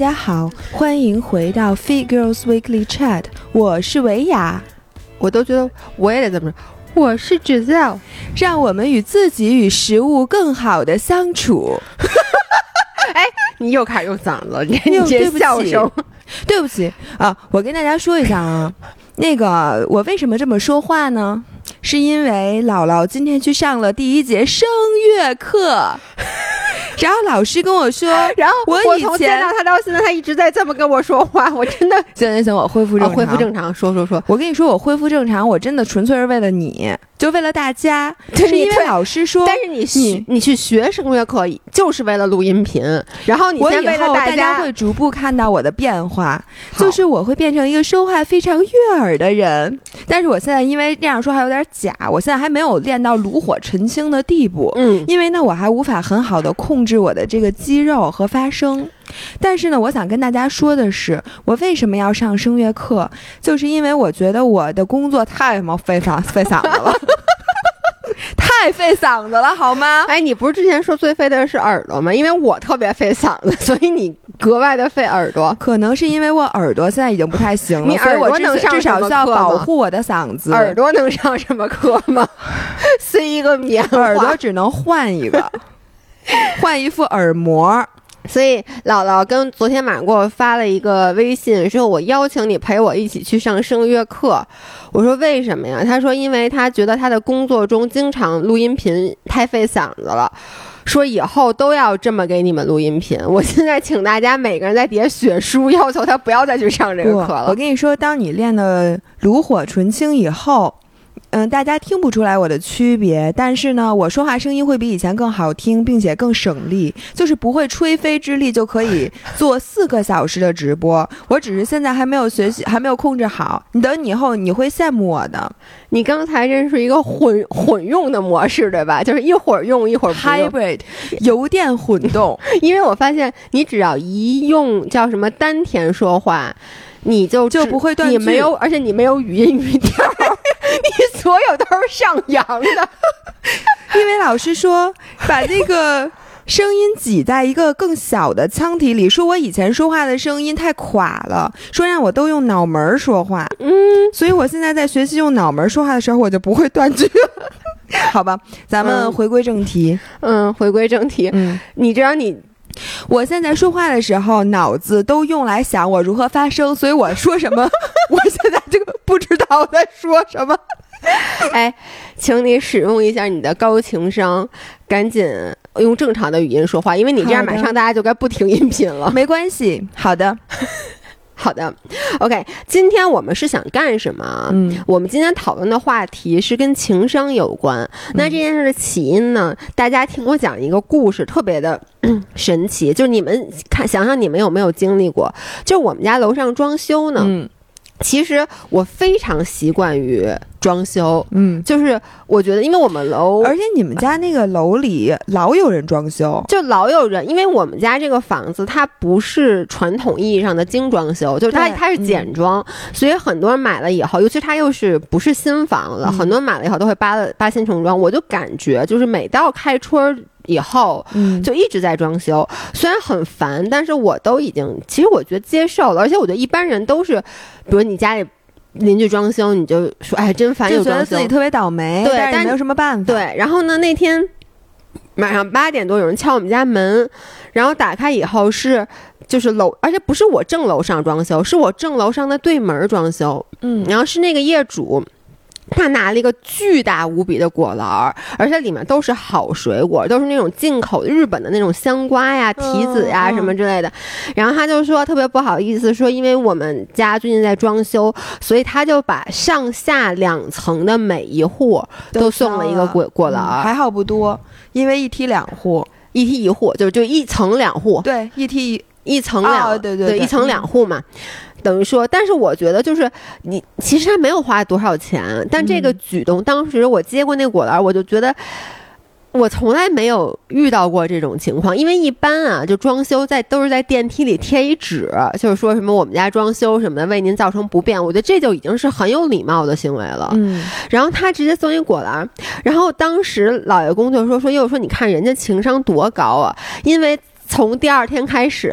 家好，欢迎回到 Fit Girls Weekly Chat， 我是维雅。 我都觉得我也得这么说，我是 Giselle， 让我们与自己与食物更好的相处。 哎，你又开始用嗓子了，你这笑声。 对不起啊，我跟大家说一下啊，那个我为什么这么说话呢？是因为姥姥今天去上了第一节声乐课。然后老师跟我说， 然后我从见到他到现在，他一直在这么跟我说话，我真的行，我恢复正常， 恢复正常，说。 我跟你说，我恢复正常，我真的纯粹是为了你，就为了大家，是因为老师说。 但是你去学声乐课就是为了录音频，然后你先为了大家会逐步看到我的变化，就是我会变成一个说话非常悦耳的人。但是我现在因为这样说还有点假，我现在还没有练到炉火纯青的地步，因为呢我还无法很好的控制我的这个肌肉和发声。但是呢，我想跟大家说的是，我为什么要上声乐课，就是因为我觉得我的工作太费嗓子了。太费嗓子了好吗？ 哎，你不是之前说最费的是耳朵吗？因为我特别费嗓子，所以你格外的费耳朵。 可能是因为我耳朵现在已经不太行了， 你耳朵能上至少需要保护我的嗓子。 耳朵能上什么课吗？塞一个棉花， 耳朵只能换一个，换一副耳膜。 所以姥姥跟昨天晚上给我发了一个微信，说我邀请你陪我一起去上声乐课。我说为什么呀？他说因为他觉得他的工作中经常录音频太费嗓子了，说以后都要这么给你们录音频。我现在请大家每个人在底下写书，要求他不要再去上这个课了。 我跟你说，当你练的炉火纯青以后，大家听不出来我的区别，但是呢，我说话声音会比以前更好听，并且更省力，就是不会吹灰之力就可以做4个小时的直播。我只是现在还没有学习，还没有控制好。你等你以后你会羡慕我的。 你刚才真是一个混用的模式，对吧？就是一会儿用一会儿不用 ，hybrid 油电混动。 因为我发现你只要一用叫什么丹田说话，你就不会断句， 而且你没有语音语调。你所有都是上扬的， 因为老师说把那个声音挤在一个更小的腔体里，说我以前说话的声音太垮了，说让我都用脑门说话。所以我现在在学习用脑门说话的时候，我就不会断句。好吧，咱们回归正题。 回归正题。你知道我现在说话的时候，脑子都用来想我如何发声，所以我说什么，我现在这个不知道在说什么。 哎，请你使用一下你的高情商，赶紧用正常的语音说话，因为你这样马上大家就该不听音频了。 没关系，好的。 好的 ，OK， 今天我们是想干什么？我们今天讨论的话题是跟情商有关。那这件事的起因呢，大家听我讲一个故事，特别的神奇。就是你们想想你们有没有经历过？就我们家楼上装修呢，其实我非常习惯于装修，就是我觉得，因为我们楼， 而且你们家那个楼里老有人装修， 就老有人，因为我们家这个房子它不是传统意义上的精装修，就是它是简装，所以很多人买了以后，尤其它又是不是新房子，很多人买了以后都会八仙重装。我就感觉就是每到开春以后，就一直在装修，虽然很烦，但是我都已经，其实我觉得接受了，而且我觉得一般人都是，比如你家里邻居装修，你就说哎真烦， 就觉得自己特别倒霉， 对， 但是没有什么办法。 对，然后呢，那天晚上8点多有人敲我们家门，然后打开以后就是而且不是我正楼上装修，是我正楼上的对门装修，然后是那个业主。他拿了一个巨大无比的果篮，而且里面都是好水果，都是那种进口日本的那种香瓜呀、提子呀什么之类的。然后他就说特别不好意思，说因为我们家最近在装修，所以他就把上下2层的每一户都送了一个果篮， 还好不多，因为一梯2户， 一梯1户，就1层2户， 对，一梯 1层2， 对 1层2户嘛。等于说，但是我觉得就是你其实他没有花多少钱，但这个举动，当时我接过那果篮，我就觉得我从来没有遇到过这种情况，因为一般啊，就装修都是在电梯里贴一纸，就是说什么我们家装修什么的为您造成不便，我觉得这就已经是很有礼貌的行为了。然后他直接送一果篮，然后当时老爷公就说你看人家情商多高啊，因为从第2天开始，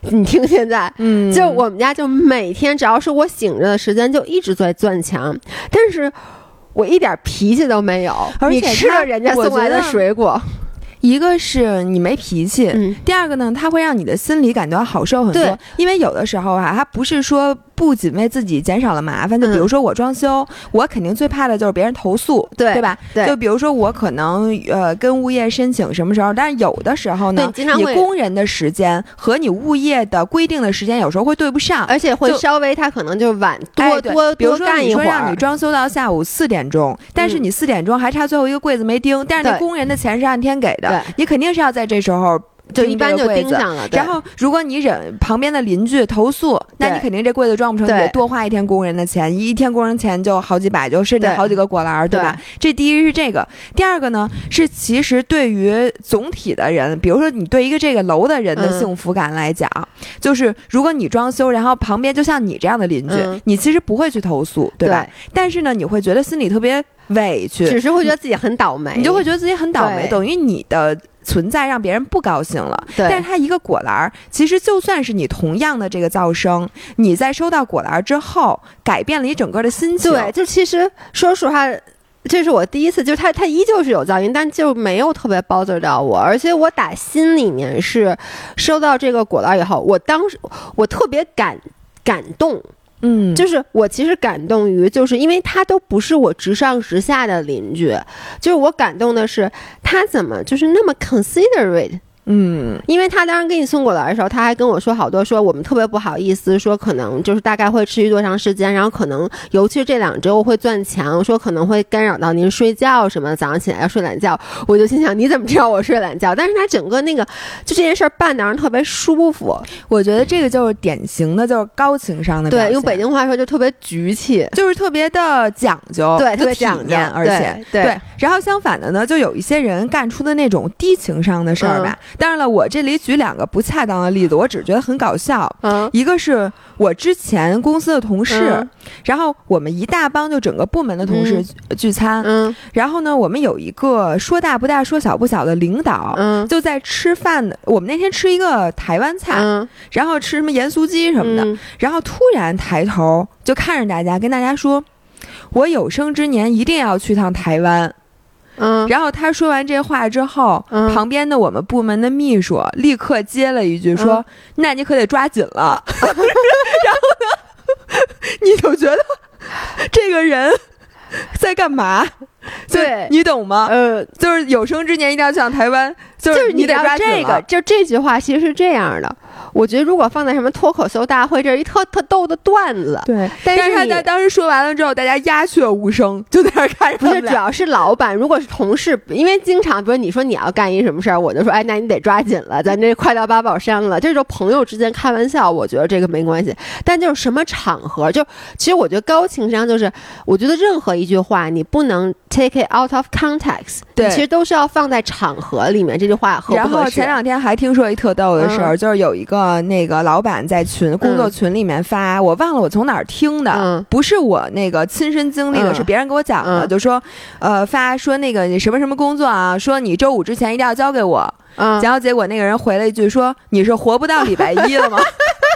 你听现在，就我们家就每天只要是我醒着的时间就一直在钻墙，但是我一点脾气都没有， 而且你吃了人家送来的水果。 一个是你没脾气，第二个呢，它会让你的心里感到好受很多。因为有的时候它不是说不仅为自己减少了麻烦，就比如说我装修，我肯定最怕的就是别人投诉，对吧？ 对， 就比如说我可能跟物业申请什么时候，但是有的时候呢，你工人的时间和你物业的规定的时间有时候会对不上， 而且会稍微他可能就晚多比如说干一会儿， 你说让你装修到下午4点钟，但是你4点钟还差最后一个柜子没钉，但是那工人的钱是按天给的，你肯定是要在这时候就一般就盯上了。 然后如果你忍旁边的邻居投诉，那你肯定这柜子装不成，你得多花一天工人的钱，一天工人钱就好几百，就甚至好几个果篮，对吧？这第一是这个，第二个呢是其实对于总体的人，比如说你对一个这个楼的人的幸福感来讲，就是如果你装修，然后旁边就像你这样的邻居，你其实不会去投诉，对吧？但是呢，你会觉得心里特别委屈， 只是会觉得自己很倒霉， 你就会觉得自己很倒霉，等于你的存在让别人不高兴了。但是它一个果篮，其实就算是你同样的这个噪声，你在收到果篮之后改变了你整个的心情。 对，就其实说实话，这是我第一次，就是它依旧是有噪音，但就没有特别 bother 到我。而且我打心里面是收到这个果篮以后，我当时我特别感动。就是我其实感动于，就是因为他都不是我直上直下的邻居，就是我感动的是他怎么就是那么 considerate。因为他当时给你送果篮的时候，他还跟我说好多，说我们特别不好意思，说可能就是大概会持续多长时间，然后可能尤其是这2周会钻墙，说可能会干扰到您睡觉什么，早上起来要睡懒觉。我就心想你怎么知道我睡懒觉？但是他整个那个就这件事办得让人特别舒服。 我觉得这个就是典型的就是高情商的表现， 对，用北京话说就特别局气， 就是特别的讲究， 对，特别讲究， 而且对。然后相反的呢，就有一些人干出的那种低情商的事儿吧。当然了，我这里举2个不恰当的例子，我只觉得很搞笑。一个是我之前公司的同事，然后我们一大帮就整个部门的同事聚餐，然后呢，我们有一个说大不大说小不小的领导，就在吃饭的，我们那天吃一个台湾菜，然后吃什么盐酥鸡什么的，然后突然抬头就看着大家，跟大家说，我有生之年一定要去趟台湾。然后他说完这话之后，旁边的我们部门的秘书立刻接了一句说，那你可得抓紧了。然后呢，你就觉得这个人在干嘛？ 对， 你懂吗？就是有生之年一定要去趟台湾，就是你得抓紧了。 这个，就这句话其实是这样的。我觉得如果放在什么脱口秀大会，这是一特逗的段子。 对，但是他在当时说完了之后，大家鸦雀无声，就在那儿看着。 不是，主要是老板，如果是同事，因为经常比如你说你要干一什么事儿，我就说，哎，那你得抓紧了，咱这快到八宝山了。这种朋友之间开玩笑，我觉得这个没关系。但就是什么场合，就其实我觉得高情商就是，我觉得任何一句话你不能 take it out of context， 对，其实都是要放在场合里面。这句话合不合适？ 然后前2天还听说一特逗的事儿，就是有一个那个老板在工作群里面发，我忘了我从哪儿听的，不是我那个亲身经历的，是别人给我讲的，就说发说那个你什么什么工作啊，说你周5之前一定要交给我，然后结果那个人回了一句说，你是活不到礼拜1了吗？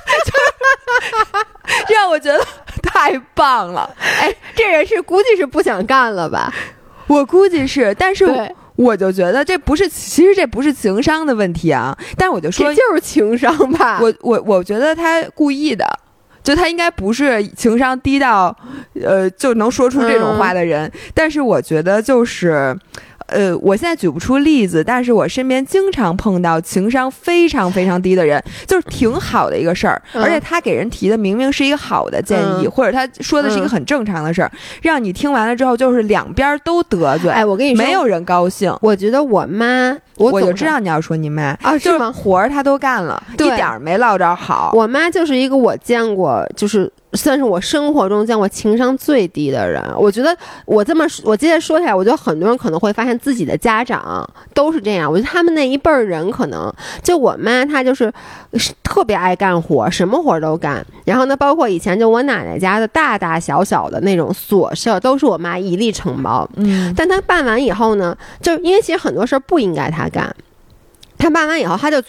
让我觉得太棒了。 哎，这人是估计是不想干了吧？ 我估计是，但是我就觉得这不是，其实这不是情商的问题啊。但我就说， 这就是情商吧。 我觉得他故意的，就他应该不是情商低到就能说出这种话的人。但是我觉得就是我现在举不出例子，但是我身边经常碰到情商非常非常低的人，就是挺好的一个事儿，而且他给人提的明明是一个好的建议，或者他说的是一个很正常的事儿，让你听完了之后就是两边都得罪。 哎，我跟你说， 没有人高兴。 我觉得我妈， 我就知道你要说你妈啊， 就是活儿她都干了，一点没落着好。 我妈就是一个我见过，就是算是我生活中见过情商最低的人。我觉得我接着说起来，我觉得很多人可能会发现自己的家长都是这样。我觉得他们那一辈儿人可能就我妈，她就是特别爱干活，什么活都干。然后呢，包括以前就我奶奶家的大大小小的那种琐事都是我妈一力承包。但她办完以后呢，就因为其实很多事儿不应该她干。他办完以后，他就觉得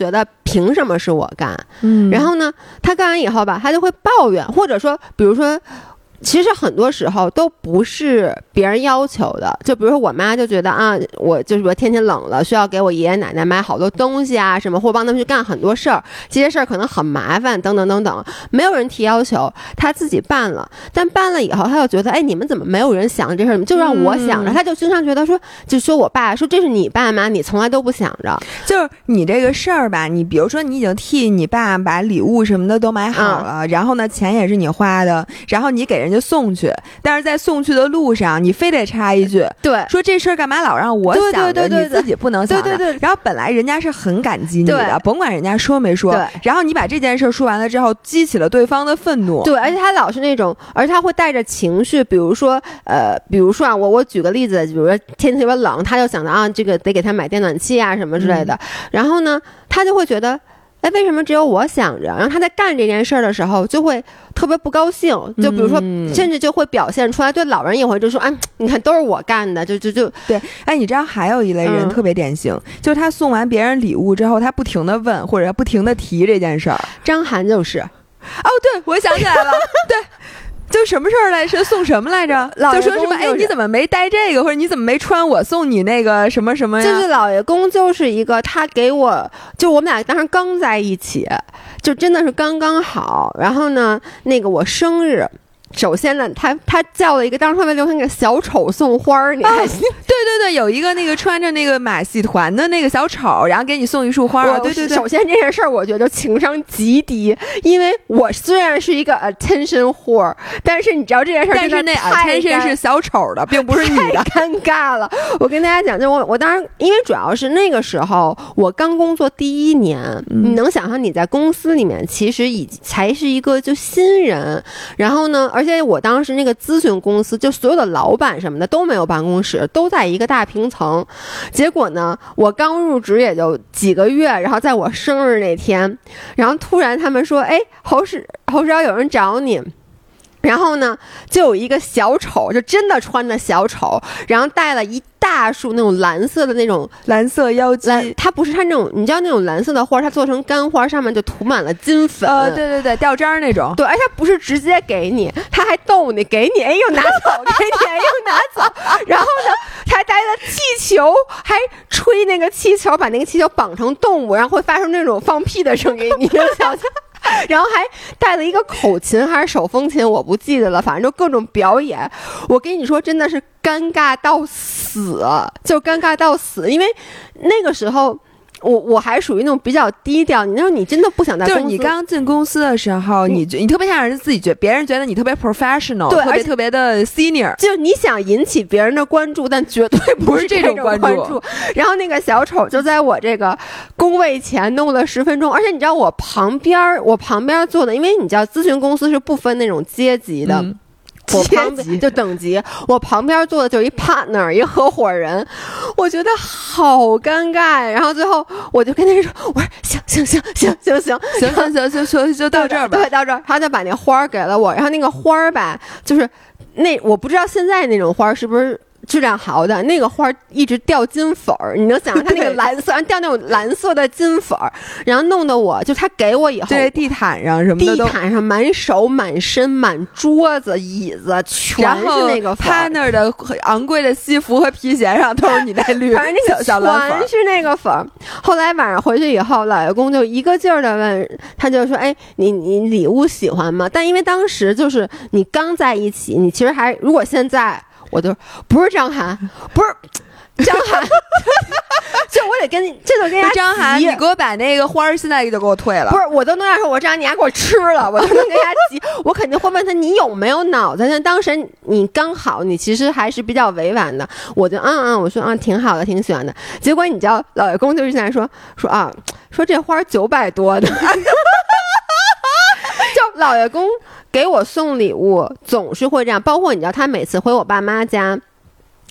凭什么是我干？然后呢，他干完以后吧，他就会抱怨，或者说，比如说。其实很多时候都不是别人要求的，就比如说我妈就觉得啊，我就是说天气冷了，需要给我爷爷奶奶买好多东西啊什么，或帮他们去干很多事儿，这些事儿可能很麻烦，等等等等，没有人提要求，他自己办了，但办了以后，他又觉得，哎，你们怎么没有人想这事儿，就让我想着，他就经常觉得说，就说我爸说这是你办吗？你从来都不想着， 就是你这个事儿吧，你比如说你已经替你爸把礼物什么的都买好了，然后呢，钱也是你花的，然后你给人家送去，但是在送去的路上，你非得插一句， 对， 说这事儿干嘛老让我想着，你自己不能想着。 对。 然后本来人家是很感激你的，甭管人家说没说，然后你把这件事说完了之后，激起了对方的愤怒。 对，而且他老是那种，而且他会带着情绪，比如说啊，我举个例子，比如说天气特别冷，他就想着啊，这个得给他买电暖气啊什么之类的，然后呢，他就会觉得。哎，为什么只有我想着？然后他在干这件事儿的时候，就会特别不高兴。就比如说，甚至就会表现出来，对老人也会就说：“哎，你看都是我干的。”就对。哎，你知道还有一类人特别典型，就是他送完别人礼物之后，他不停的问或者不停的提这件事儿。 张涵就是， 哦，对，我想起来了，对。就什么事儿来着？送什么来着？就说什么？哎，你怎么没带这个？或者你怎么没穿我送你那个什么什么呀？ 就是老爷公就是一个，他给我，就我们俩当时刚在一起，就真的是刚刚好。然后呢，那个我生日。首先呢，他叫了一个当时特别流行的小丑送花儿，你还记得？ 对，有一个那个穿着那个马戏团的那个小丑，然后给你送一束花。对。 首先这件事儿，我觉得情商极低，因为我虽然是一个 attention whore， 但是你知道这件事儿， 但是那 attention 是小丑的，并不是你的， 太尴尬了。我跟大家讲，就我当时，因为主要是那个时候我刚工作第1年，你能想象你在公司里面其实才是一个就新人，然后呢。而且我当时那个咨询公司，就所有的老板什么的都没有办公室，都在一个大平层。结果呢，我刚入职也就几个月，然后在我生日那天，然后突然他们说：“哎，侯世瑶有人找你。”然后呢，就有一个小丑，就真的穿的小丑，然后带了一大束那种蓝色的那种蓝色妖姬， 它不是它那种，你知道那种蓝色的花，它做成干花，上面就涂满了金粉。 对，吊章那种。 对，而且它不是直接给你，它还逗你，给你，哎又拿走，给你，哎又拿走。然后呢，他还带了气球，还吹那个气球，把那个气球绑成动物，然后会发出那种放屁的声音，你就想想。然后还带了一个口琴还是手风琴，我不记得了，反正就各种表演。我跟你说，真的是尴尬到死，就尴尬到死，因为那个时候。我还属于那种比较低调，你说你真的不想在公司， 就是你刚进公司的时候，你特别想让人自己别人觉得你特别 professional， 对， 特别的 senior， 就你想引起别人的关注，但绝对不是这种关注。然后那个小丑就在我这个工位前弄了10分钟，而且你知道我旁边坐的，因为你知道咨询公司是不分那种阶级的。我旁边就等级，我旁边坐的就是一 partner， 一合伙人，我觉得好尴尬。然后最后我就跟他说：“我说行， 就到这儿吧。” 对，到这儿，他就把那花给了我。然后那个花吧，就是那我不知道现在那种花是不是质量好的，那个花一直掉金粉儿，你能想象它那个蓝色，掉那种蓝色的金粉儿，然后弄得我就他给我以后， 对，地毯上什么的， 地毯上满手满身满桌子椅子全是那个粉儿， 他那儿的昂贵的西服和皮鞋上都是你那绿， 反正那个小蓝粉， 全是那个粉儿。后来晚上回去以后，老爷公就一个劲儿的问，他就说：“哎，你礼物喜欢吗？”但因为当时就是你刚在一起，你其实还如果现在。我就不是张涵，不是张涵，就我得跟这都跟张涵，你给我把那个花儿现在就给我退了。 不是，我都能让说，我张涵你还给我吃了，我都能跟他急。我肯定会问他你有没有脑子。但当时你刚好，你其实还是比较委婉的。我就我说挺好的，挺喜欢的。结果你知道，老爷公就现在说这花900多的。就老爷公给我送礼物总是会这样，包括你知道他每次回我爸妈家，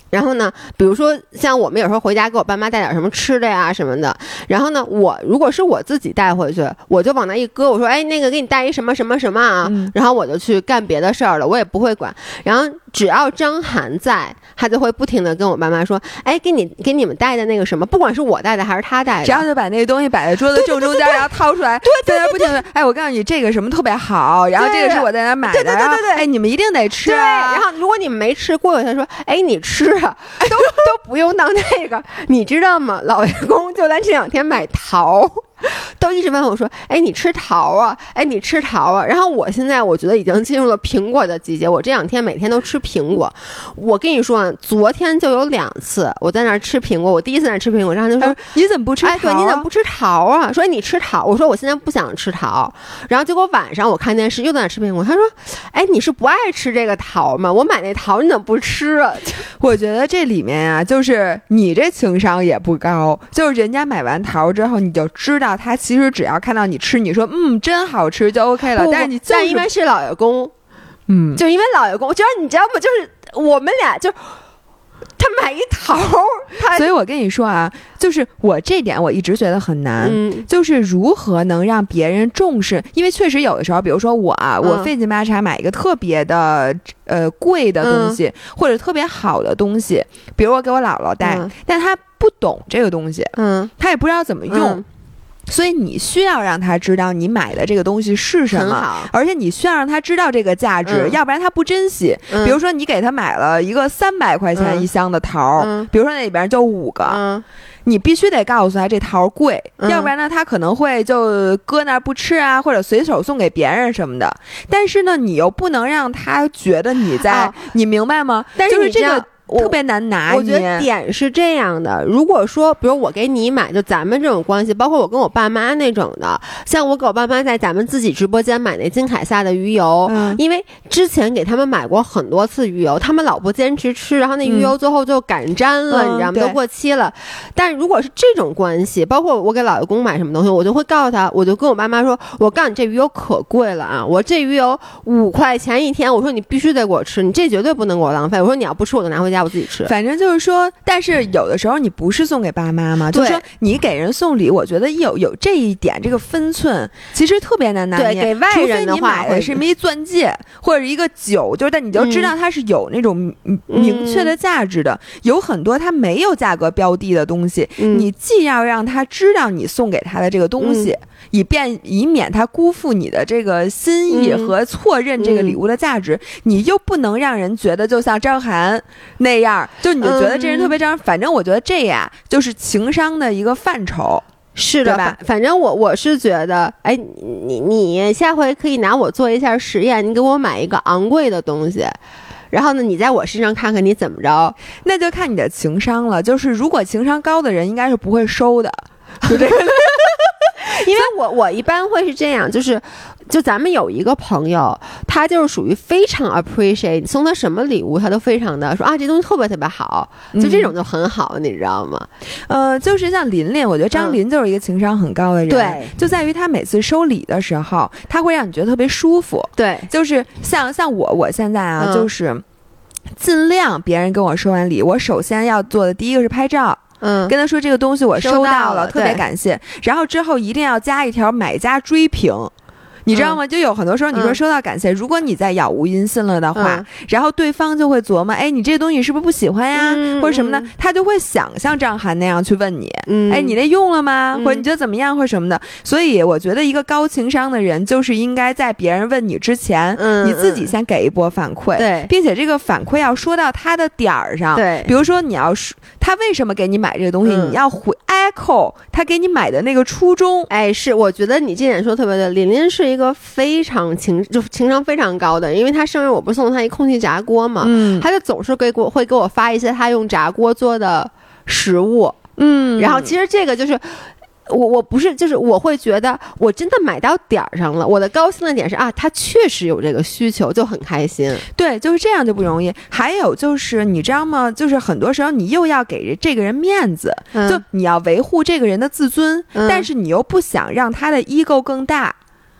然后呢，比如说像我们有时候回家给我爸妈带点什么吃的呀什么的，然后呢，我如果是我自己带回去，我就往那一搁，我说哎，那个给你带一什么什么什么啊，然后我就去干别的事儿了，我也不会管。然后只要张涵在，他就会不停的跟我爸妈说，哎，给你们带的那个什么，不管是我带的还是他带的， 只要就把那个东西摆在桌子正中间，然后掏出来，在那不停的，哎，我告诉你这个什么特别好，然后这个是我在那买的， 对， 哎，你们一定得吃啊。 然后如果你们没吃过，他说，哎，你吃啊，都不用到那个，你知道吗？老爷公就在这2天买桃。都一直问我说，哎，你吃桃啊？哎，你吃桃啊？然后我现在我觉得已经进入了苹果的季节，我这2天每天都吃苹果。我跟你说，昨天就有2次我在那儿吃苹果，我第一次在那儿吃苹果，然后就说， 你怎么不吃桃？ 哎，对，你怎么不吃桃啊？说你吃桃，我说我现在不想吃桃。然后结果晚上我看电视又在那儿吃苹果，他说，哎，你是不爱吃这个桃吗？我买那桃你怎么不吃啊？ 我觉得这里面啊，就是你这情商也不高，就是人家买完桃之后，你就知道他其实只要看到你吃，你说真好吃就 OK 了。但是你但因为是老爷公，就因为老爷公，就是你知道吗？就是我们俩就他买一桃， 所以我跟你说啊，就是我这点我一直觉得很难，就是如何能让别人重视，因为确实有的时候，比如说我费劲巴叉买一个特别的贵的东西，或者特别好的东西，比如我给我姥姥带，但他不懂这个东西，他也不知道怎么用。所以你需要让他知道你买的这个东西是什么，而且你需要让他知道这个价值，要不然他不珍惜。比如说你给他买了一个300块钱一箱的桃，比如说那里边就5个，你必须得告诉他这桃贵，要不然呢他可能会就搁那儿不吃啊，或者随手送给别人什么的。但是呢你又不能让他觉得你在，你明白吗？ 但是就是这个特别难拿捏。 我觉得点是这样的，如果说比如我给你买，就咱们这种关系，包括我跟我爸妈那种的，像我给我爸妈在咱们自己直播间买那金凯撒的鱼油，因为之前给他们买过很多次鱼油，他们老不坚持吃，然后那鱼油最后就擀粘了，你知道吗？都过期了。但如果是这种关系，包括我给老爷公买什么东西，我就会告诉他，我就跟我爸妈说，我告诉你这鱼油可贵了啊，我这鱼油5块钱一天，我说你必须得给我吃，你这绝对不能给我浪费，我说你要不吃我就拿回家我自己吃。 反正就是说，但是有的时候你不是送给爸妈嘛，就是说你给人送礼，我觉得有这一点这个分寸其实特别难拿捏。 对，给外人的话， 除非你买的是一钻戒或者一个酒，就是但你就知道它是有那种明确的价值的。有很多它没有价格标的的东西，你既要让他知道你送给他的这个东西，以免他辜负你的这个心意和错认这个礼物的价值，你又不能让人觉得就像张涵那样，就你就觉得这人特别张，反正我觉得这呀就是情商的一个范畴。 是的吧？反正我是觉得，哎，你下回可以拿我做一下实验，你给我买一个昂贵的东西，然后呢，你在我身上看看你怎么着， 那就看你的情商了。就是如果情商高的人，应该是不会收的，就这个。 因为我一般会是这样，就咱们有一个朋友，他就是属于非常 appreciate 你送他什么礼物，他都非常的说啊，这东西特别特别好，就这种就很好，你知道吗？ 就是像琳琳，我觉得张琳就是一个情商很高的人， 对， 就在于他每次收礼的时候，他会让你觉得特别舒服， 对， 就是像我现在啊，就是尽量别人跟我收完礼，我首先要做的第一个是拍照。跟他说这个东西我收到了，特别感谢。然后之后一定要加一条买家追评，你知道吗？就有很多时候你说收到感谢，如果你在杳无音信了的话，然后对方就会琢磨，哎，你这东西是不是不喜欢呀，或者什么的，他就会想像张涵那样去问你，哎，你那用了吗？或者你觉得怎么样，或者什么的。所以我觉得一个高情商的人，就是应该在别人问你之前，你自己先给一波反馈， 对， 并且这个反馈要说到他的点儿上， 对， 比如说你要他为什么给你买这个东西，你要回 echo 他给你买的那个初衷。 哎，是，我觉得你这点说特别对。琳琳是一个非常情商非常高的，因为他生日我不是送他一空气炸锅嘛，他就总是会给我发一些他用炸锅做的食物，然后其实这个就是我不是，就是我会觉得我真的买到点儿上了，我的高兴的点是啊，他确实有这个需求，就很开心。 对，就是这样就不容易。还有就是你知道吗？就是很多时候你又要给这个人面子，就你要维护这个人的自尊，但是你又不想让他的 ego 更大。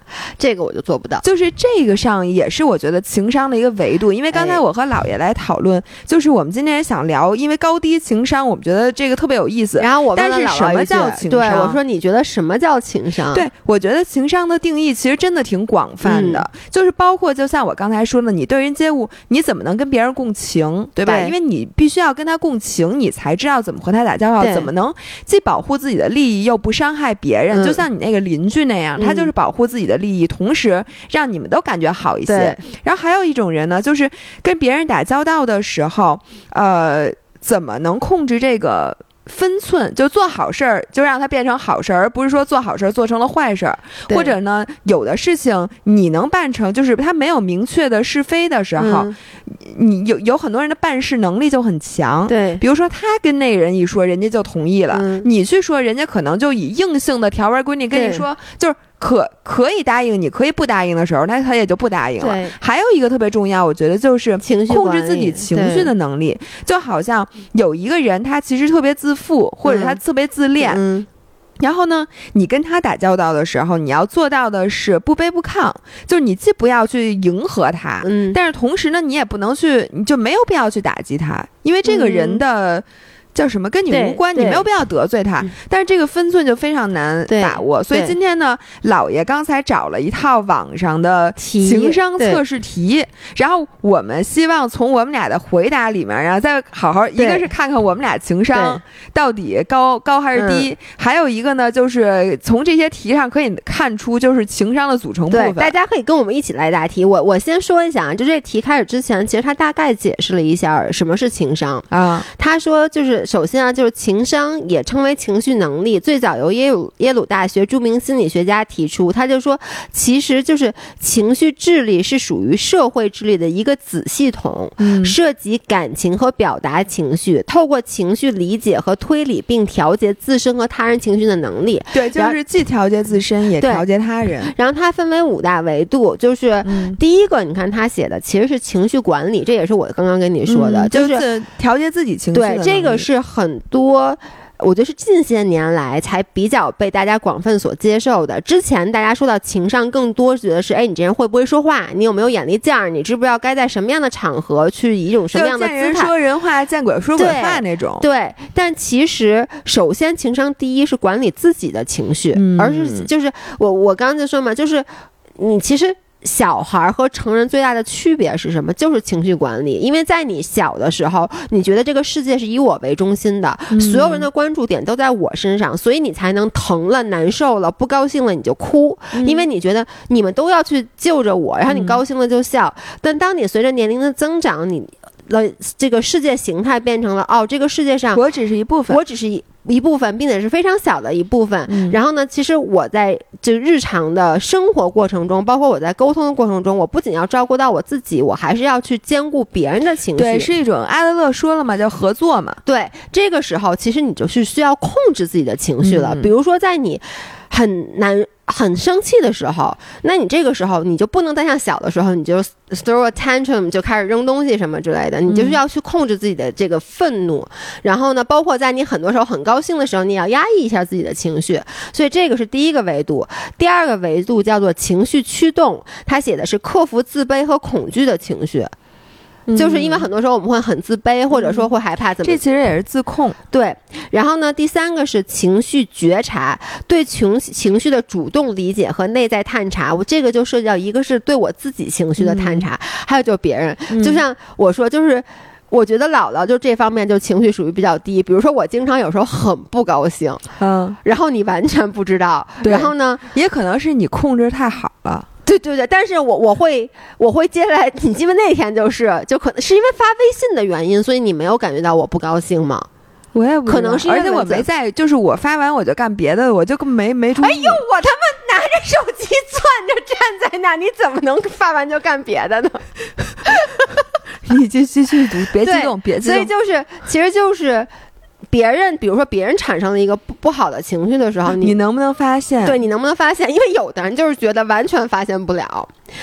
这个我就做不到。 就是这个上也是我觉得情商的一个维度，因为刚才我和姥爷来讨论，就是我们今天也想聊，因为高低情商，我们觉得这个特别有意思。 然后我问但是什么叫情商？ 对，我说你觉得什么叫情商？ 对，我觉得情商的定义其实真的挺广泛的，就是包括就像我刚才说的，你对人接物，你怎么能跟别人共情，对吧？因为你必须要跟他共情，你才知道怎么和他打交道，怎么能既保护自己的利益又不伤害别人。就像你那个邻居那样，他就是保护自己的利益，同时让你们都感觉好一些。然后还有一种人呢，就是跟别人打交道的时候，怎么能控制这个分寸，就做好事儿就让它变成好事儿，而不是说做好事儿做成了坏事儿。或者呢，有的事情你能办成，就是他没有明确的是非的时候，你有很多人的办事能力就很强。 对， 比如说他跟那个人一说，人家就同意了，你去说，人家可能就以硬性的条文规定跟你说，就是可以答应你，可以不答应的时候，他也就不答应了。还有一个特别重要，我觉得就是控制自己情绪的能力。就好像有一个人，他其实特别自负，或者他特别自恋。然后呢，你跟他打交道的时候，你要做到的是不卑不亢，就是你既不要去迎合他，但是同时呢，你也不能去，你就没有必要去打击他，因为这个人的。叫什么跟你无关，你没有必要得罪他，但是这个分寸就非常难把握。所以今天呢，姥爷刚才找了一套网上的情商测试题，然后我们希望从我们俩的回答里面，然后再好好，一个是看看我们俩情商到底高还是低，还有一个呢，就是从这些题上可以看出就是情商的组成部分。 大家可以跟我们一起来答题。我先说一下啊，就这题开始之前，其实他大概解释了一下什么是情商啊。他说就是首先啊，就是情商也称为情绪能力，最早由耶鲁大学著名心理学家提出。他就说，其实就是情绪智力是属于社会智力的一个子系统，涉及感情和表达情绪，透过情绪理解和推理，并调节自身和他人情绪的能力。 对，就是既调节自身也调节他人。 然后它分为5大维度，就是第一个，你看他写的其实是情绪管理，这也是我刚刚跟你说的， 就是调节自己情绪的能力。 对，这个是很多我觉得是近些年来才比较被大家广泛所接受的。之前大家说到情商，更多觉得是，哎，你这人会不会说话？你有没有眼力劲儿？你知不知道该在什么样的场合去以一种什么样的姿态？ 见人说人话，见鬼说鬼话那种。 对，但其实首先情商第一是管理自己的情绪，而是就是我刚刚就说嘛，就是你其实。小孩和成人最大的区别是什么？就是情绪管理。因为在你小的时候，你觉得这个世界是以我为中心的，所有人的关注点都在我身上，所以你才能疼了、难受了、不高兴了你就哭，因为你觉得你们都要去救着我，然后你高兴了就笑。但当你随着年龄的增长，你这个世界形态变成了这个世界上我只是一部分， 我只是一部分，并且是非常小的一部分。然后呢，其实我在这日常的生活过程中，包括我在沟通的过程中，我不仅要照顾到我自己，我还是要去兼顾别人的情绪。 对，是一种阿德勒说了嘛，叫合作嘛。 对，这个时候其实你就是需要控制自己的情绪了。比如说在你很生气的时候，那你这个时候你就不能再像小的时候你就 throw a tantrum 就开始扔东西什么之类的，你就是要去控制自己的这个愤怒。然后呢，包括在你很多时候很高兴的时候，你也要压抑一下自己的情绪。所以这个是第一个维度。第二个维度叫做情绪驱动，它写的是克服自卑和恐惧的情绪。就是因为很多时候我们会很自卑，或者说会害怕怎么， 这其实也是自控。 对，然后呢，第三个是情绪觉察，对情绪的主动理解和内在探查。我这个就涉及到一个是对我自己情绪的探查，还有就是别人。就像我说，就是我觉得姥姥就这方面就情绪属于比较低。比如说我经常有时候很不高兴，然后你完全不知道，然后呢， 也可能是你控制太好了。 对，但是我会接下来，你记得那天就可能是因为发微信的原因，所以你没有感觉到我不高兴吗？ 我也不可能是因为， 而且我没在，就是我发完我就干别的，我就没注意。 哎呦，我他妈拿着手机攥着站在那，你怎么能发完就干别的呢？ 你继续读，别激动，别激动。 所以其实就是别人，比如说别人产生了一个不好的情绪的时候，你能不能发现？ 对，你能不能发现？因为有的人就是觉得完全发现不了。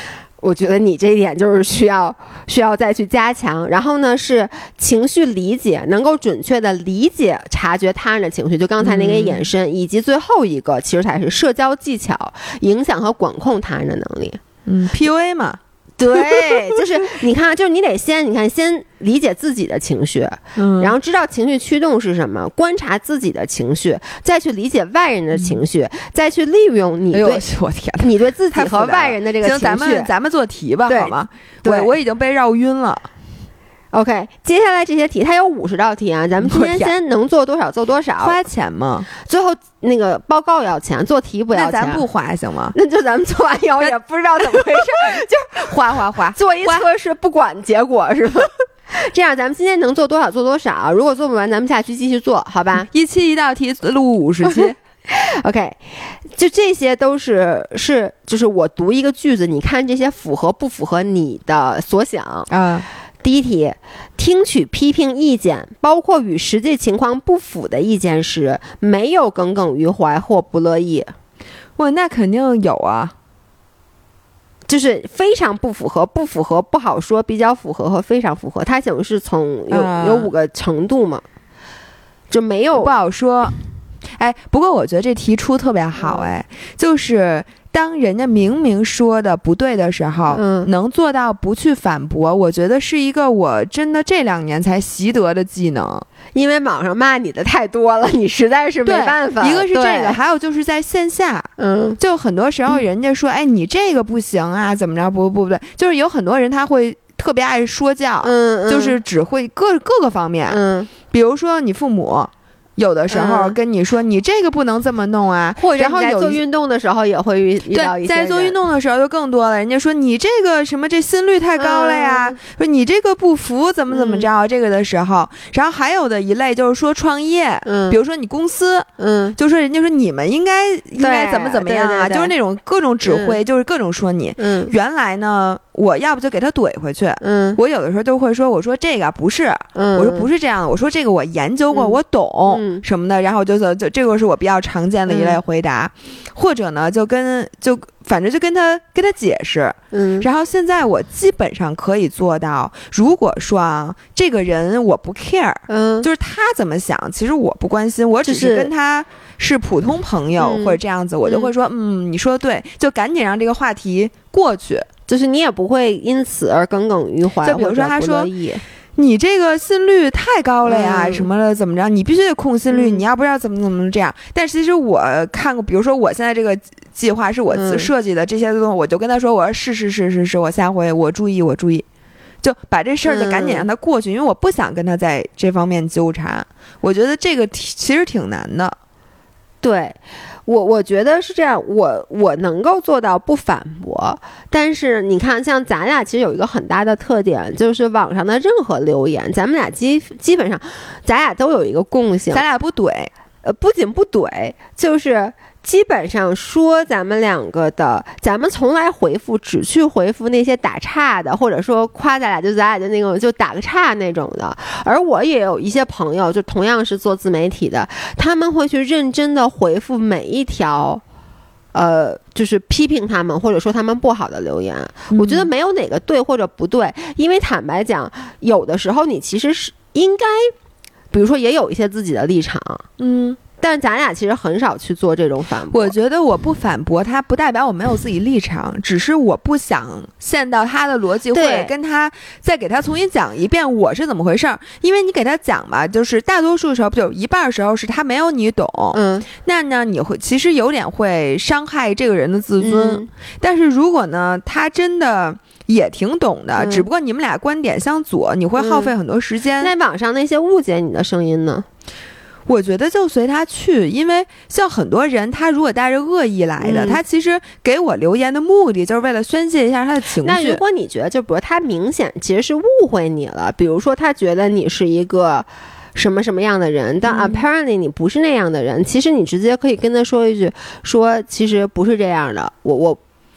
我觉得你这一点就是需要再去加强。然后呢是情绪理解，能够准确的理解察觉他人的情绪，就刚才那个延伸，以及最后一个其实才是社交技巧，影响和管控他人的能力。 PUA 嘛。 对，就是你看，就是你得先理解自己的情绪，然后知道情绪驱动是什么，观察自己的情绪，再去理解外人的情绪，再去利用你对， 我天， 你对自己和外人的这个情绪。 行，咱们做题吧，好吗？对，我已经被绕晕了。 OK， 接下来这些题它有50道题啊，咱们今天先能做多少做多少。 花钱吗？ 最后那个报告要钱，做题不要钱。 那咱不花行吗？ 那就咱们做完以后也不知道怎么回事，就花， 做一测试不管结果是吧？这样咱们今天能做多少做多少，如果做不完咱们下去继续做，好吧？ 一期一道题录50期。 OK， 就这些都是就是我读一个句子，你看这些符合不符合你的所想啊？第一题，听取批评意见，包括与实际情况不符的意见时，没有耿耿于怀或不乐意。 哇，那肯定有啊， 就是非常不符合、不符合不好说，比较符合和非常符合，它等于是从有5个程度嘛，就没有不好说。哎，不过我觉得这题出特别好，就是当人家明明说的不对的时候，能做到不去反驳，我觉得是一个我真的这2年才习得的技能。 因为网上骂你的太多了，你实在是没办法。 一个是这个，还有就是在线下，就很多时候人家说，哎，你这个不行啊，怎么着？不对，就是有很多人他会特别爱说教，就是只会各个方面，比如说你父母。有的时候跟你说你这个不能这么弄啊， 或者你在做运动的时候也会遇到一些。 对，在做运动的时候就更多了，人家说你这个什么这心率太高了呀，说你这个不服怎么着，这个的时候，然后还有的一类就是说创业，比如说你公司，就说人家说你们应该怎么样啊，就是那种各种指挥，就是各种说你。原来呢，我要不就给他怼回去，我有的时候就会说，我说这个不是，我说不是这样的，我说这个我研究过，我懂。什么的，然后就这个是我比较常见的一类回答，或者呢反正就跟他解释，然后现在我基本上可以做到，如果说啊这个人我不 care，就是他怎么想，其实我不关心，我只是跟他是普通朋友或者这样子，我就会说你说的对，就赶紧让这个话题过去， 就是你也不会因此而耿耿于怀， 就比如说他说你这个心率太高了呀，什么的怎么着？你必须得控心率，你要不要怎么这样？但其实我看过，比如说我现在这个计划是我设计的，这些东西我就跟他说，我说是，我下回我注意，就把这事儿就赶紧让他过去，因为我不想跟他在这方面纠缠。我觉得这个其实挺难的。 对，我觉得是这样，我能够做到不反驳，但是你看，像咱俩其实有一个很大的特点，就是网上的任何留言，咱们俩基本上，咱俩都有一个共性， 咱俩不怼， 不仅不怼，就是基本上说咱们两个的，咱们从来回复只去回复那些打岔的，或者说夸咱俩的那种就打个岔那种的。而我也有一些朋友，就同样是做自媒体的，他们会去认真的回复每一条就是批评他们或者说他们不好的留言。我觉得没有哪个对或者不对，因为坦白讲，有的时候你其实是应该比如说也有一些自己的立场，但咱俩其实很少去做这种反驳。 我觉得我不反驳他，不代表我没有自己立场，只是我不想陷到他的逻辑，或者跟他再给他重新讲一遍我是怎么回事儿。因为你给他讲吧，就是大多数时候，不就一半的时候是他没有你懂，那呢你会其实有点会伤害这个人的自尊。但是如果呢，他真的也挺懂的，只不过你们俩观点相左，你会耗费很多时间。 在网上那些误解你的声音呢？ 我觉得就随他去，因为像很多人，他如果带着恶意来的，他其实给我留言的目的就是为了宣泄一下他的情绪。 那如果你觉得，就比如他明显其实是误会你了，比如说他觉得你是一个什么什么样的人，但 apparently 你不是那样的人，其实你直接可以跟他说一句，说其实不是这样的，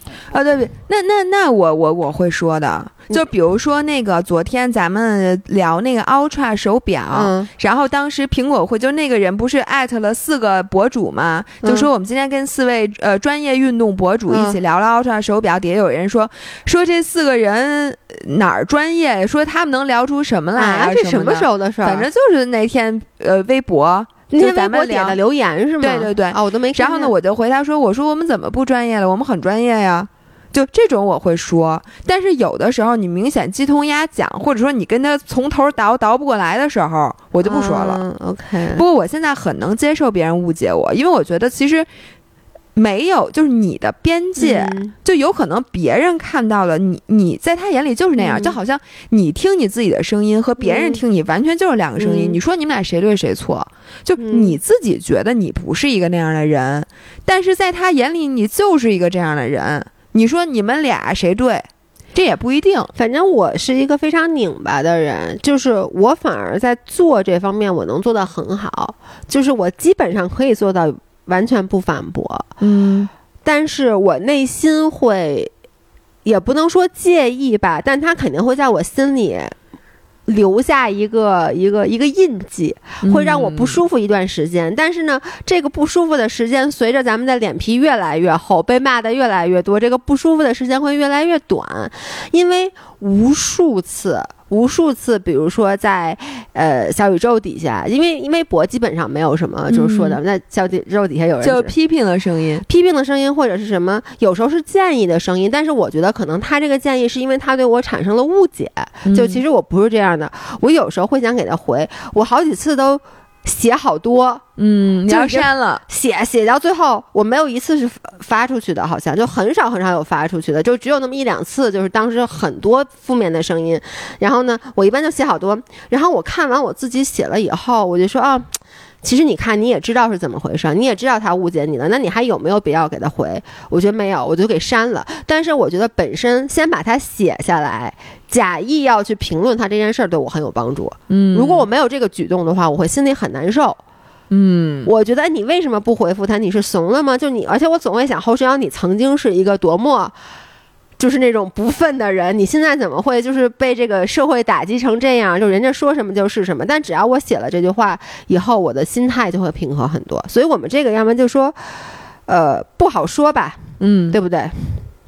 对，那我会说的，就比如说那个昨天咱们聊那个 Ultra 手表，然后当时苹果会就那个人不是艾特了4个博主吗？就说我们今天跟4位专业运动博主一起聊了 Ultra 手表，底下有人说这4个人哪儿专业，说他们能聊出什么来啊？ 这什么时候的事儿？ 反正就是那天微博。 那天微博点的留言是吗？ 对我都没看。 然后呢，我就回他说：“我说我们怎么不专业了？我们很专业呀。”就这种我会说，但是有的时候你明显鸡同鸭讲，或者说你跟他从头倒不过来的时候，我就不说了。 OK。 不过我现在很能接受别人误解我，因为我觉得其实。没有，就是你的边界，就有可能别人看到了你在他眼里就是那样，就好像你听你自己的声音和别人听你完全就是2个声音。你说你们俩谁对谁错？就你自己觉得你不是一个那样的人，但是在他眼里你就是一个这样的人。你说你们俩谁对？这也不一定。 反正我是一个非常拧巴的人，就是我反而在做这方面我能做得很好，就是我基本上可以做到完全不反驳，但是我内心会，也不能说介意吧，但他肯定会在我心里留下一个印记，会让我不舒服一段时间。但是呢，这个不舒服的时间随着咱们的脸皮越来越厚，被骂的越来越多，这个不舒服的时间会越来越短，因为无数次，比如说在小宇宙底下，因为微博基本上没有什么就是说的，在小宇宙底下有人就批评的声音或者是什么，有时候是建议的声音，但是我觉得可能他这个建议是因为他对我产生了误解，就其实我不是这样的，我有时候会想给他回，我好几次都写好多， 你要删了， 写到最后，我没有一次是发出去的，好像就很少有发出去的，就只有那么1-2次，就是当时很多负面的声音。然后呢，我一般就写好多，然后我看完我自己写了以后，我就说其实你看，你也知道是怎么回事，你也知道他误解你了，那你还有没有必要给他回？我觉得没有，我就给删了。但是我觉得本身先把它写下来，假意要去评论他这件事儿，对我很有帮助。如果我没有这个举动的话，我会心里很难受。我觉得你为什么不回复他？你是怂了吗？就你，而且我总会想，侯世瑶，你曾经是一个多么就是那种不忿的人，你现在怎么会就是被这个社会打击成这样？就人家说什么就是什么。但只要我写了这句话以后，我的心态就会平和很多。所以我们这个要么就说，不好说吧，对不对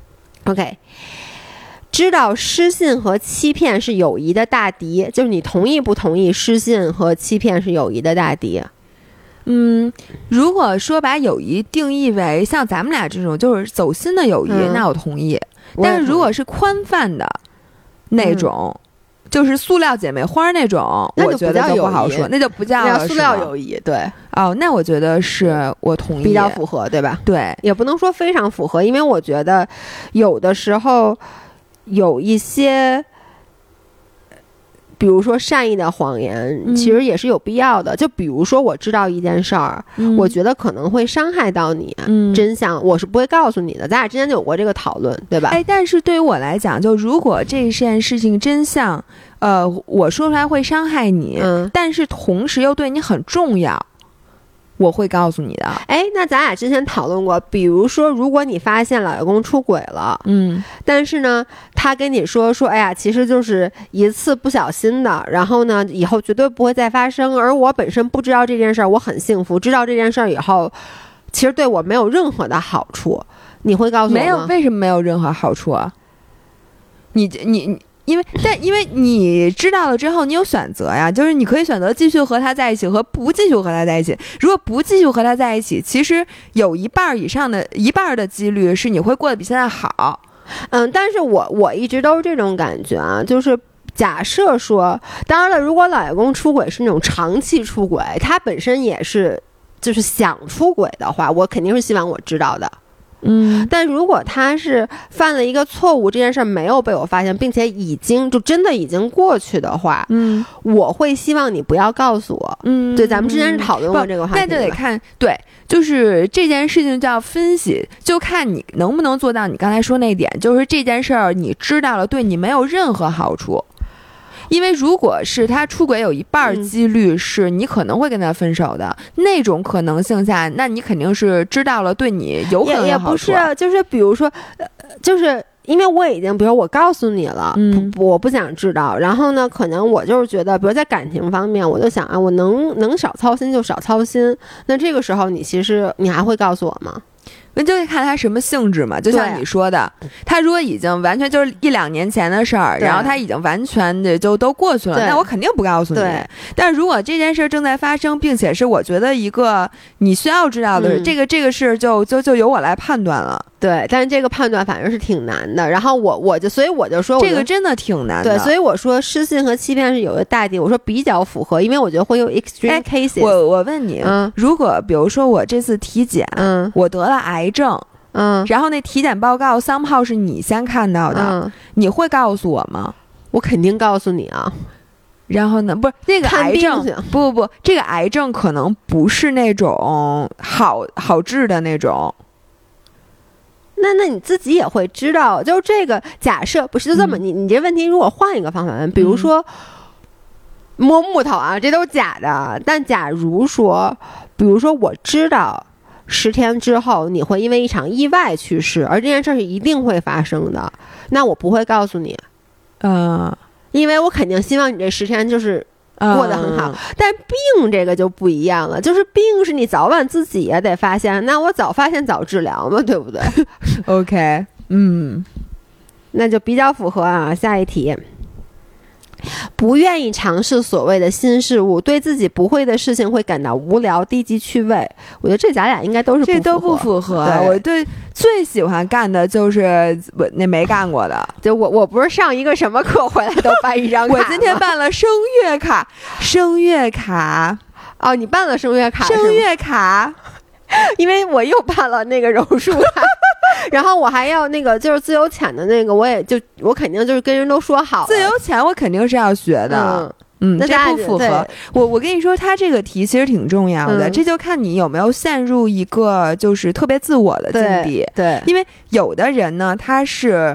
？OK， 知道失信和欺骗是友谊的大敌，就是你同意不同意失信和欺骗是友谊的大敌？ 如果说把友谊定义为像咱们俩这种就是走心的友谊，那我同意。但是如果是宽泛的那种，就是塑料姐妹花那种，我觉得就不好说，那就不叫塑料友谊。对， 那我觉得是我同意， 比较符合，对吧？ 对， 也不能说非常符合，因为我觉得有的时候有一些。比如说善意的谎言其实也是有必要的，就比如说我知道一件事儿，我觉得可能会伤害到你，真相我是不会告诉你的，咱俩之间就有过这个讨论，对吧？ 但是对于我来讲，就如果这件事情真相我说出来会伤害你，但是同时又对你很重要，我会告诉你的。 那咱俩之前讨论过，比如说如果你发现老公出轨了，但是呢他跟你说哎呀其实就是一次不小心的，然后呢以后绝对不会再发生，而我本身不知道这件事儿，我很幸福，知道这件事儿以后其实对我没有任何的好处，你会告诉我吗？ 没有，为什么没有任何好处啊？你因为你知道了之后，你有选择呀，就是你可以选择继续和他在一起和不继续和他在一起。如果不继续和他在一起，其实有一半的几率是你会过得比现在好。 但是我一直都是这种感觉啊，就是假设说，当然了，如果老公出轨是那种长期出轨，他本身也是就是想出轨的话，我肯定是希望我知道的。但如果他是犯了一个错误，这件事没有被我发现，并且真的已经过去的话，我会希望你不要告诉我。对，咱们之前是讨论过这个话题， 那就得看，对，就是这件事情就要分析，就看你能不能做到你刚才说那点，就是这件事儿你知道了，对你没有任何好处。因为如果是他出轨，有一半几率是你可能会跟他分手的，那种可能性下，那你肯定是知道了对你有可能有好处。 也不是，就是比如说就是因为我已经比如我告诉你了，我不想知道，然后呢可能我就是觉得比如在感情方面我就想啊，我能少操心就少操心，那这个时候你其实你还会告诉我吗？ 那就看他什么性质嘛，就像你说的，他如果已经完全就是1-2年前的事儿，然后他已经完全的就都过去了，那我肯定不告诉你。但如果这件事正在发生，并且是我觉得一个你需要知道的，这个事就由我来判断了。 对，但是这个判断反正是挺难的。然后所以我就说这个真的挺难的。 对，所以我说失信和欺骗是有一个大点，我说比较符合，因为我觉得会有 extreme cases。 我问你，如果比如说我这次体检，我得了癌症，然后那体检报告somehow是你先看到的，你会告诉我吗？ 我肯定告诉你啊。 然后呢？不是那个癌症，不，这个癌症可能不是那种好治的那种。 那你自己也会知道，就是这个假设不是就这么，你这问题如果换一个方法问，比如说摸木头啊，这都是假的。但假如说，比如说我知道10天之后你会因为一场意外去世，而这件事是一定会发生的，那我不会告诉你，因为我肯定希望你这10天就是过得很好。但病这个就不一样了，就是病是你早晚自己也得发现，那我早发现早治疗嘛，对不对 ？OK， 那就比较符合啊。下一题，不愿意尝试所谓的新事物，对自己不会的事情会感到无聊、低级趣味。我觉得这咱俩应该都是这都不符合。我最喜欢干的就是那没干过的， 就我不是上一个什么课回来都办一张卡我今天办了声乐卡。 哦，你办了声乐卡？ 声乐卡， 因为我又办了那个柔术卡。然后我还要那个就是自由潜的那个，我肯定就是跟人都说好了， 自由潜我肯定是要学的。这不符合。我跟你说，他这个题其实挺重要的，这就看你有没有陷入一个就是特别自我的境地。 对， 因为有的人呢，他是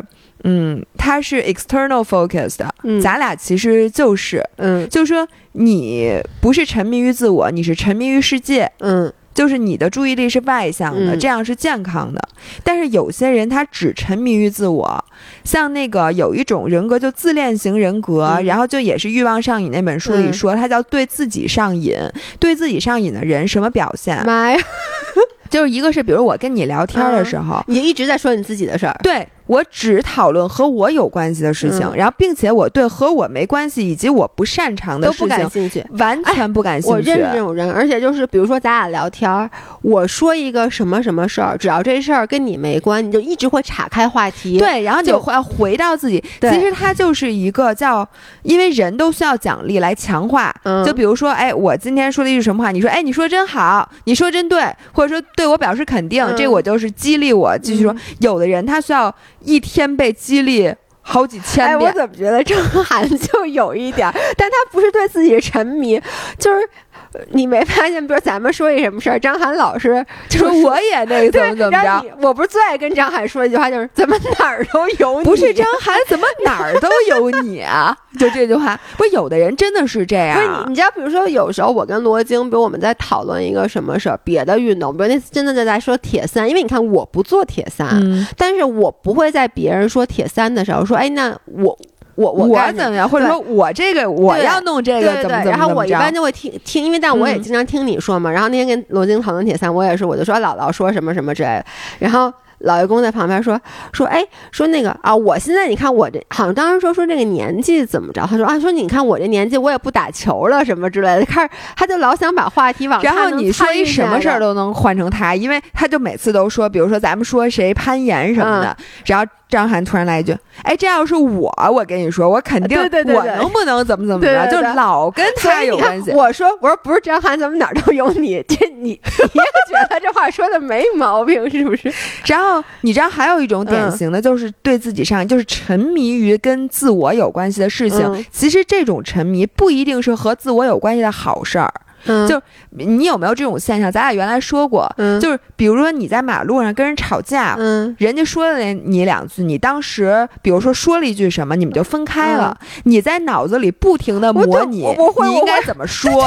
external focus 的，咱俩其实就是说你不是沉迷于自我，你是沉迷于世界。就是你的注意力是外向的，这样是健康的。但是有些人他只沉迷于自我，像那个有一种人格就自恋型人格，然后就也是欲望上瘾那本书里说，他叫对自己上瘾。对自己上瘾的人什么表现？ 妈呀！ 就是一个是比如我跟你聊天的时候， 你一直在说你自己的事儿。 对，我只讨论和我有关系的事情，然后并且我对和我没关系以及我不擅长的事情都不感兴趣， 完全不感兴趣。 我认识这种人，而且就是比如说咱俩聊天，我说一个什么什么事儿，只要这事儿跟你没关，你就一直会岔开话题。 对，然后就要回到自己。其实它就是一个叫，因为人都需要奖励来强化。就比如说，哎，我今天说了一句什么话，你说，哎，你说真好，你说真对，或者说对我表示肯定，这我就是激励我继续说。有的人他需要一天被激励好几千遍。 我怎么觉得郑涵就有一点，但他不是对自己沉迷，就是你没发现，比如咱们说一什么事儿，张涵老师就说我也那个怎么着。 我不是最爱跟张涵说一句话，就是怎么哪儿都有你。 不是张涵，怎么哪儿都有你啊？就这句话，不是有的人真的是这样。 不是你知道，比如说有时候我跟罗京，比如我们在讨论一个什么事儿，别的运动，比如那次真的在说铁三，因为你看我不做铁三，但是我不会在别人说铁三的时候说，哎，那我怎么样，或者说我这个我要弄这个怎么然后我一般就会听，因为但我也经常听你说嘛。然后那天跟罗京讨论铁三，我也是，我就说姥姥说什么什么之类的，然后老爷公在旁边说，哎，说那个啊，我现在你看我这好像当时说这个年纪怎么着，他说啊，说你看我这年纪我也不打球了什么之类的，开始他就老想把话题往， 然后你说一什么事儿都能换成他，因为他就每次都说，比如说咱们说谁攀岩什么的，然后张涵突然来一句，哎，这要是我跟你说，我肯定我能不能怎么着，就老跟他有关系。 我说不是张涵，怎么哪儿都有你，这你也觉得这话说的没毛病是不是？ 然后你知道还有一种典型的就是对自己上，就是沉迷于跟自我有关系的事情。其实这种沉迷不一定是和自我有关系的好事儿。就你有没有这种现象？咱俩原来说过，就是比如说你在马路上跟人吵架，人家说了你2句，你当时比如说说了一句什么，你们就分开了，你在脑子里不停的模拟你应该怎么说，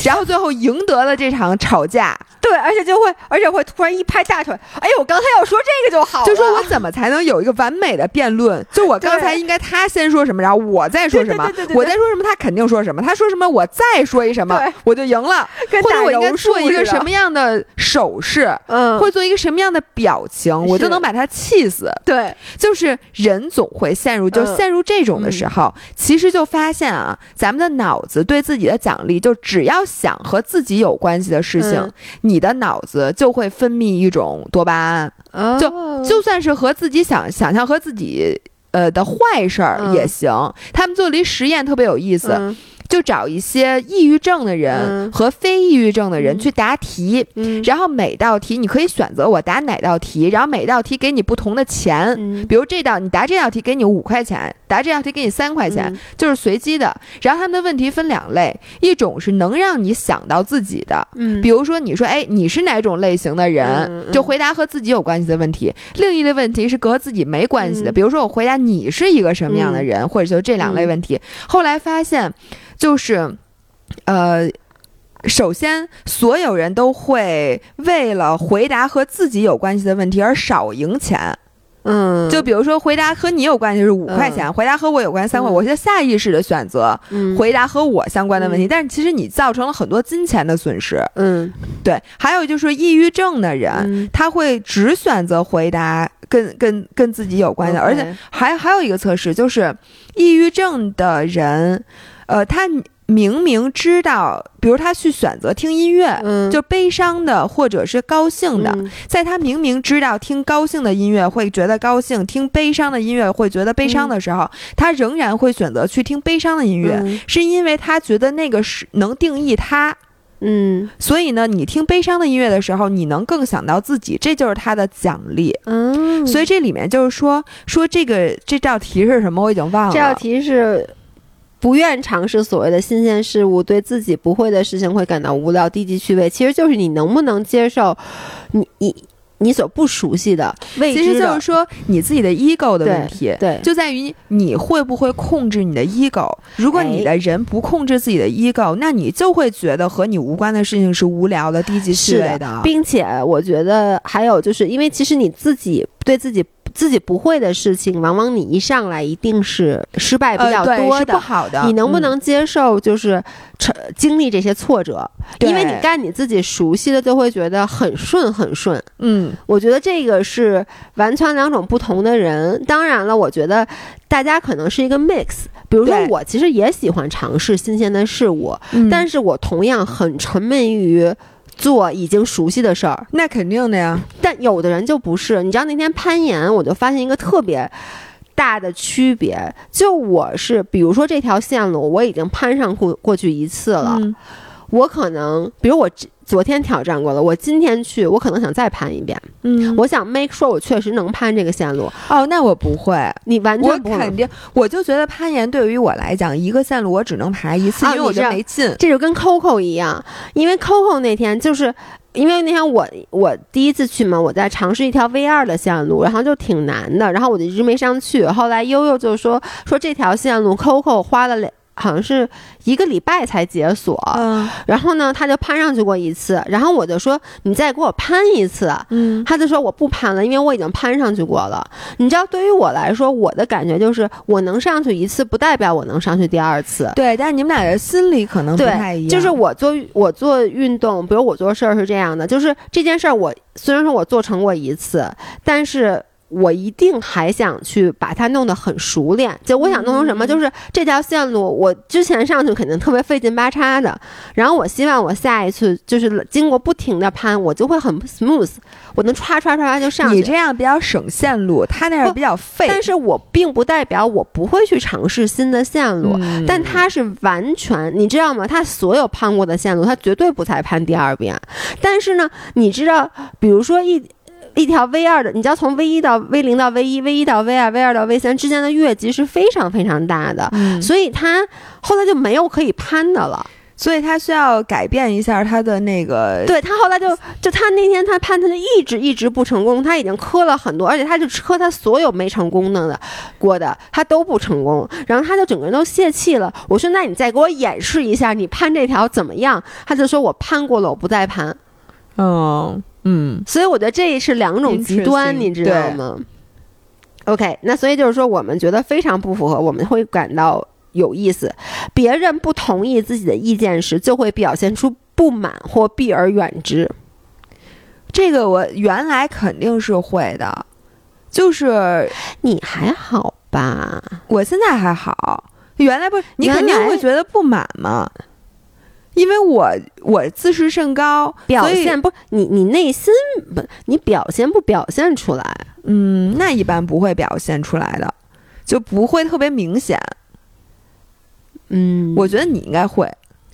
然后最后赢得了这场吵架。 对，而且会突然一拍大腿，哎呦，我刚才要说这个就好了， 就说我怎么才能有一个完美的辩论？就我刚才应该他先说什么，然后我再说什么，我再说什么，他肯定说什么，他说什么，我再说一什么，我就赢了。或者我应该做一个什么样的手势，或者做一个什么样的表情，我就能把他气死。 对， 就是人总会陷入这种的时候，其实就发现啊，咱们的脑子对自己的奖励，就只要想和自己有关系的事情，你的脑子就会分泌一种多巴胺，就算是和自己想象和自己的坏事儿也行。他们做了一实验特别有意思，就找一些抑郁症的人和非抑郁症的人去答题，然后每道题你可以选择我答哪道题，然后每道题给你不同的钱，比如你答这道题给你5块钱，答这道题给你3块钱，就是随机的。然后他们的问题分2类，一种是能让你想到自己的，比如说你说你是哪种类型的人，就回答和自己有关系的问题。另一类问题是和自己没关系的，比如说我回答你是一个什么样的人，或者就这2类问题。后来发现就是首先所有人都会为了回答和自己有关系的问题而少赢钱。就比如说回答和你有关系是5块钱，回答和我有关系3块，我现在下意识的选择回答和我相关的问题，但是其实你造成了很多金钱的损失。对。还有就是抑郁症的人，他会只选择回答跟自己有关系的，而且还有一个测试，就是抑郁症的人，他明明知道，比如他去选择听音乐，就悲伤的或者是高兴的，在他明明知道听高兴的音乐会觉得高兴，听悲伤的音乐会觉得悲伤的时候，他仍然会选择去听悲伤的音乐，是因为他觉得那个是能定义他。所以呢，你听悲伤的音乐的时候，你能更想到自己，这就是他的奖励。所以这里面就是说这道题是什么，我已经忘了。 这道题是不愿尝试所谓的新鲜事物，对自己不会的事情会感到无聊、低级趣味。其实就是你能不能接受你所不熟悉的未知的， 其实就是说你自己的 ego 的问题， 对， 就在于你会不会控制你的 ego。如果你的人不控制自己的 ego，那你就会觉得和你无关的事情是无聊的、低级趣味的。 并且我觉得还有就是因为其实你自己对自己不会的事情，往往你一上来一定是失败比较多的， 是不好的。 你能不能接受就是经历这些挫折？因为你干你自己熟悉的，就会觉得很顺很顺。我觉得这个是完全2种不同的人。当然了，我觉得大家可能是一个 mix。比如说我其实也喜欢尝试新鲜的事物，但是我同样很沉闷于做已经熟悉的事儿。 那肯定的呀。 但有的人就不是。你知道那天攀岩，我就发现一个特别大的区别，就我是比如说这条线路我已经攀上过去1次了，我可能比如我昨天挑战过了，我今天去我可能想再攀一遍。我想 make sure 我确实能攀这个线路。 那我不会。 你完全不会。 我肯定，我就觉得攀岩对于我来讲，一个线路我只能爬1次，因为我觉得没劲。 这就跟 Coco 一样，因为 Coco 那天就是因为那天我第一次去嘛，我在尝试一条 V2 的线路，然后就挺难的，然后我就一直没上去。后来悠悠就说这条线路 Coco 花了好像是1个礼拜才解锁，然后呢他就攀上去过1次，然后我就说你再给我攀1次，他就说我不攀了，因为我已经攀上去过了。你知道对于我来说，我的感觉就是我能上去1次不代表我能上去第2次。 对，但是你们俩的心理可能不太一样。 就是我做运动，比如我做事儿是这样的，就是这件事儿我虽然说我做成过1次，但是我一定还想去把它弄得很熟练。就我想弄成什么，就是这条线路我之前上去肯定特别费劲巴叉的，然后我希望我下一次就是经过不停的攀，我就会很 smooth， 我能唰就上去。 你这样比较省线路，他那样比较费。 但是我并不代表我不会去尝试新的线路，但他是完全，你知道吗？他所有攀过的线路，他绝对不再攀第2遍。但是呢，你知道，比如说一条 V2 的，你知道从 V1 到 V0 到 V1 到 V2 到 V3 之间的越级是非常非常大的，所以他后来就没有可以攀的了。 所以他需要改变一下他的那个。 对，他后来就他那天他判他就一直不成功，他已经磕了很多，而且他就磕他所有没成功的过的他都不成功，然后他就整个人都泄气了。我说那你再给我演示一下你攀这条怎么样？他就说我攀过了，我不再攀。所以我觉得这是两种极端，你知道吗？ OK， 那所以就是说我们觉得非常不符合，我们会感到有意思。别人不同意自己的意见时，就会表现出不满或避而远之。 这个我原来肯定是会的，就是你还好吧？ 我现在还好，原来不是你肯定会觉得不满吗？因为我自视甚高， 表现不你内心不，你表现不表现出来？ 那一般不会表现出来的，就不会特别明显。我觉得你应该会。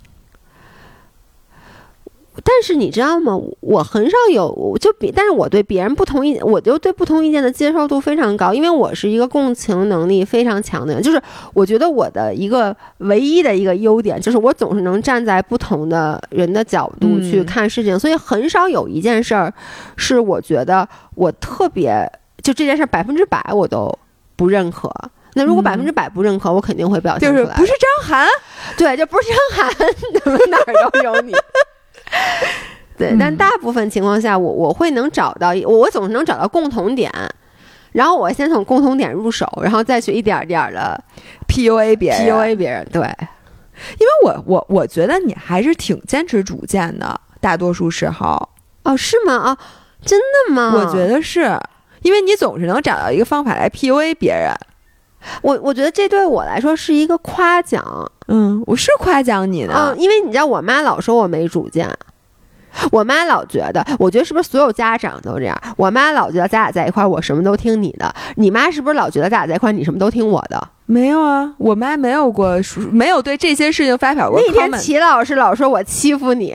但是你知道吗？我很少有但是我对别人不同意，我就对不同意见的接受度非常高，因为我是一个共情能力非常强的人。就是我觉得我的一个唯一的一个优点，就是我总是能站在不同的人的角度去看事情，所以很少有一件事儿是我觉得我特别就这件事100%我都不认可。那如果100%不认可，我肯定会表现出来。 就是不是张涵， 对，就不是张涵，怎么哪儿都有你。对，但大部分情况下，我会能找到，我总是能找到共同点，然后我先从共同点入手，然后再去一点点的 PUA 别人。对， 因为我觉得你还是挺坚持主见的，大多数时候。 哦，是吗？啊，真的吗？ 我觉得是，因为你总是能找到一个方法来 PUA 别人。 我觉得这对我来说是一个夸奖。 我是夸奖你的。 因为你知道我妈老说我没主见，我妈老觉得，我觉得是不是所有家长都这样？我妈老觉得咱俩在一块儿，我什么都听你的。你妈是不是老觉得咱俩在一块儿，你什么都听我的？ 没有啊，我妈没有对这些事情发表过。 那天齐老师老说我欺负你。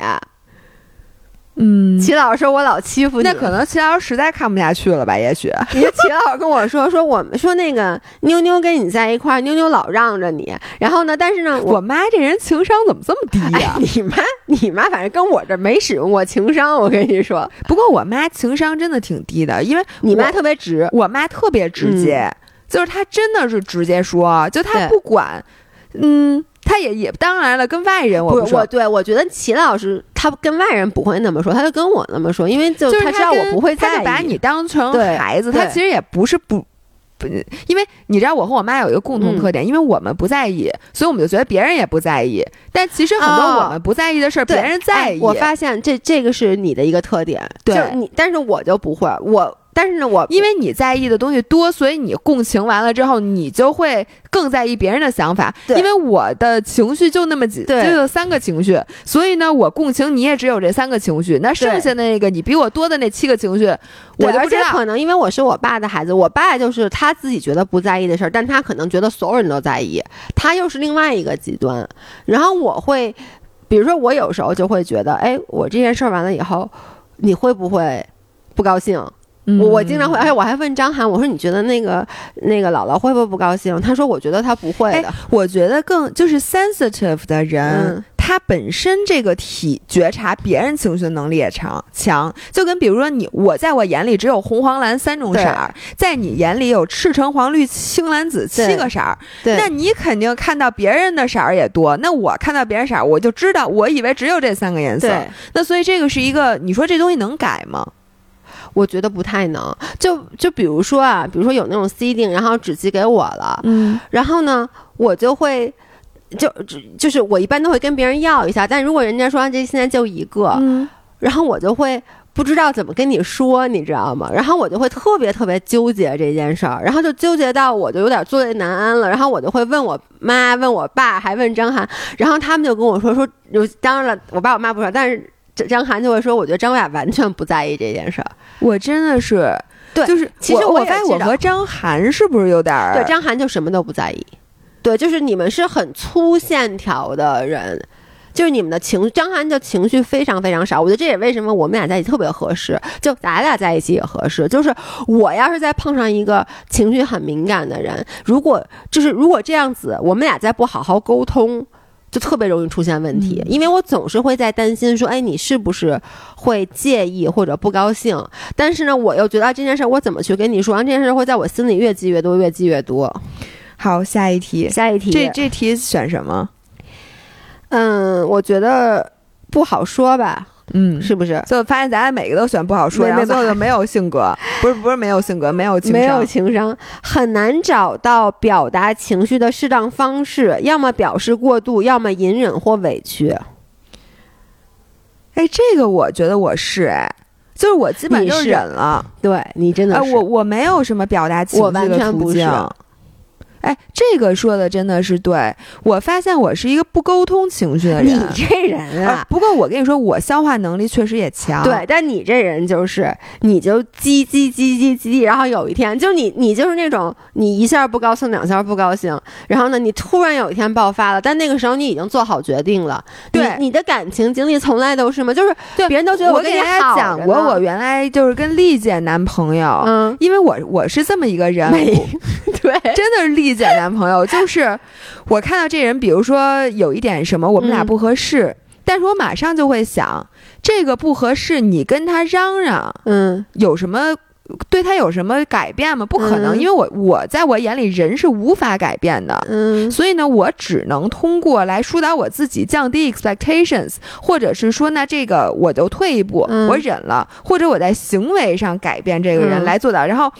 齐老师说我老欺负你， 那可能齐老师实在看不下去了吧？也许你说齐老师跟我说我们说那个妞妞跟你在一块儿，妞妞老让着你，然后呢，但是呢， 我妈这人情商怎么这么低呀？ 你妈反正跟我这没使用过情商，我跟你说。 不过我妈情商真的挺低的，因为你妈特别直， 我妈特别直接，就是她真的是直接说，就她不管，他也当然了，跟外人我不说。 我觉得齐老师他跟外人不会那么说，他就跟我那么说，因为就是他知道我不会在意， 他就把你当成孩子，他其实也不是不，因为你知道我和我妈有一个共同特点，因为我们不在意，所以我们就觉得别人也不在意，但其实很多我们不在意的事儿，别人在意。 我发现这个是你的一个特点， 对， 就是你，但是我就不会，但是呢， 因为你在意的东西多，所以你共情完了之后，你就会更在意别人的想法。因为我的情绪就那么就有3个情绪，所以呢，我共情你也只有这3个情绪，那剩下的那个你比我多的那7个情绪，我就不知道。 而且可能因为我是我爸的孩子，我爸就是他自己觉得不在意的事儿，但他可能觉得所有人都在意，他又是另外一个极端。然后我会，比如说我有时候就会觉得，哎，我这件事儿完了以后，你会不会不高兴？我经常会，而且我还问张涵，我说你觉得那个姥姥会不会不高兴？他说我觉得他不会的。 我觉得更就是 sensitive 的人，他本身这个觉察别人情绪的能力也强，就跟比如说我在我眼里只有红黄蓝3种色儿，在你眼里有赤橙黄绿青蓝紫7个色儿，那你肯定看到别人的色儿也多，那我看到别人色儿我就知道，我以为只有这3个颜色，那所以这个是一个，你说这东西能改吗？ 我觉得不太能，就比如说有那种 CD， 然后纸寄给我了，然后呢，我就会就是我一般都会跟别人要一下，但如果人家说这现在就一个，然后我就会不知道怎么跟你说，你知道吗？然后我就会特别特别纠结这件事儿，然后就纠结到我就有点坐立难安了，然后我就会问我妈，问我爸，还问张涵，然后他们就跟我说，当然了，我爸我妈不说，但是张涵就会说，我觉得张雅完全不在意这件事儿。 我真的是， 对， 就是其实我发现我和张涵是不是有点儿？ 对，张涵就什么都不在意。对，就是你们是很粗线条的人，就是你们的张涵就情绪非常非常少。我觉得这也为什么我们俩在一起特别合适，就咱俩在一起也合适。就是我要是再碰上一个情绪很敏感的人，如果这样子，我们俩再不好好沟通， 就特别容易出现问题，因为我总是会在担心说，哎，你是不是会介意或者不高兴？但是呢，我又觉得这件事我怎么去跟你说，这件事会在我心里越积越多，越积越多。 好，下一题。这题选什么？ 我觉得不好说吧。是不是？ 就发现咱俩每个都选不好说，然后最后就没有性格，不是没有性格，没有情商，很难找到表达情绪的适当方式，要么表示过度，要么隐忍或委屈。 哎，这个我觉得我是就是我基本就忍了。 对，你真的是。 我没有什么表达情绪的途径。哎，这个说的真的是对。我发现我是一个不沟通情绪的人。 你这人啊， 不过我跟你说，我消化能力确实也强。 对，但你这人就是你就叽，然后有一天就是你就是那种你一下不高兴，两下不高兴，然后呢你突然有一天爆发了，但那个时候你已经做好决定了。 对， 你的感情经历从来都是嘛，就是别人都觉得我跟大家讲过，我原来就是跟丽姐男朋友，因为我是这么一个人。 对， 真的是丽姐男朋友，就是我看到这人，比如说有一点什么我们俩不合适，但是我马上就会想，这个不合适，你跟他嚷嚷，有什么对他有什么改变吗？不可能，因为我在我眼里人是无法改变的，所以呢，我只能通过来疏导我自己，降低 expectations， 或者是说，那这个我就退一步，我忍了，或者我在行为上改变这个人来做到，然后。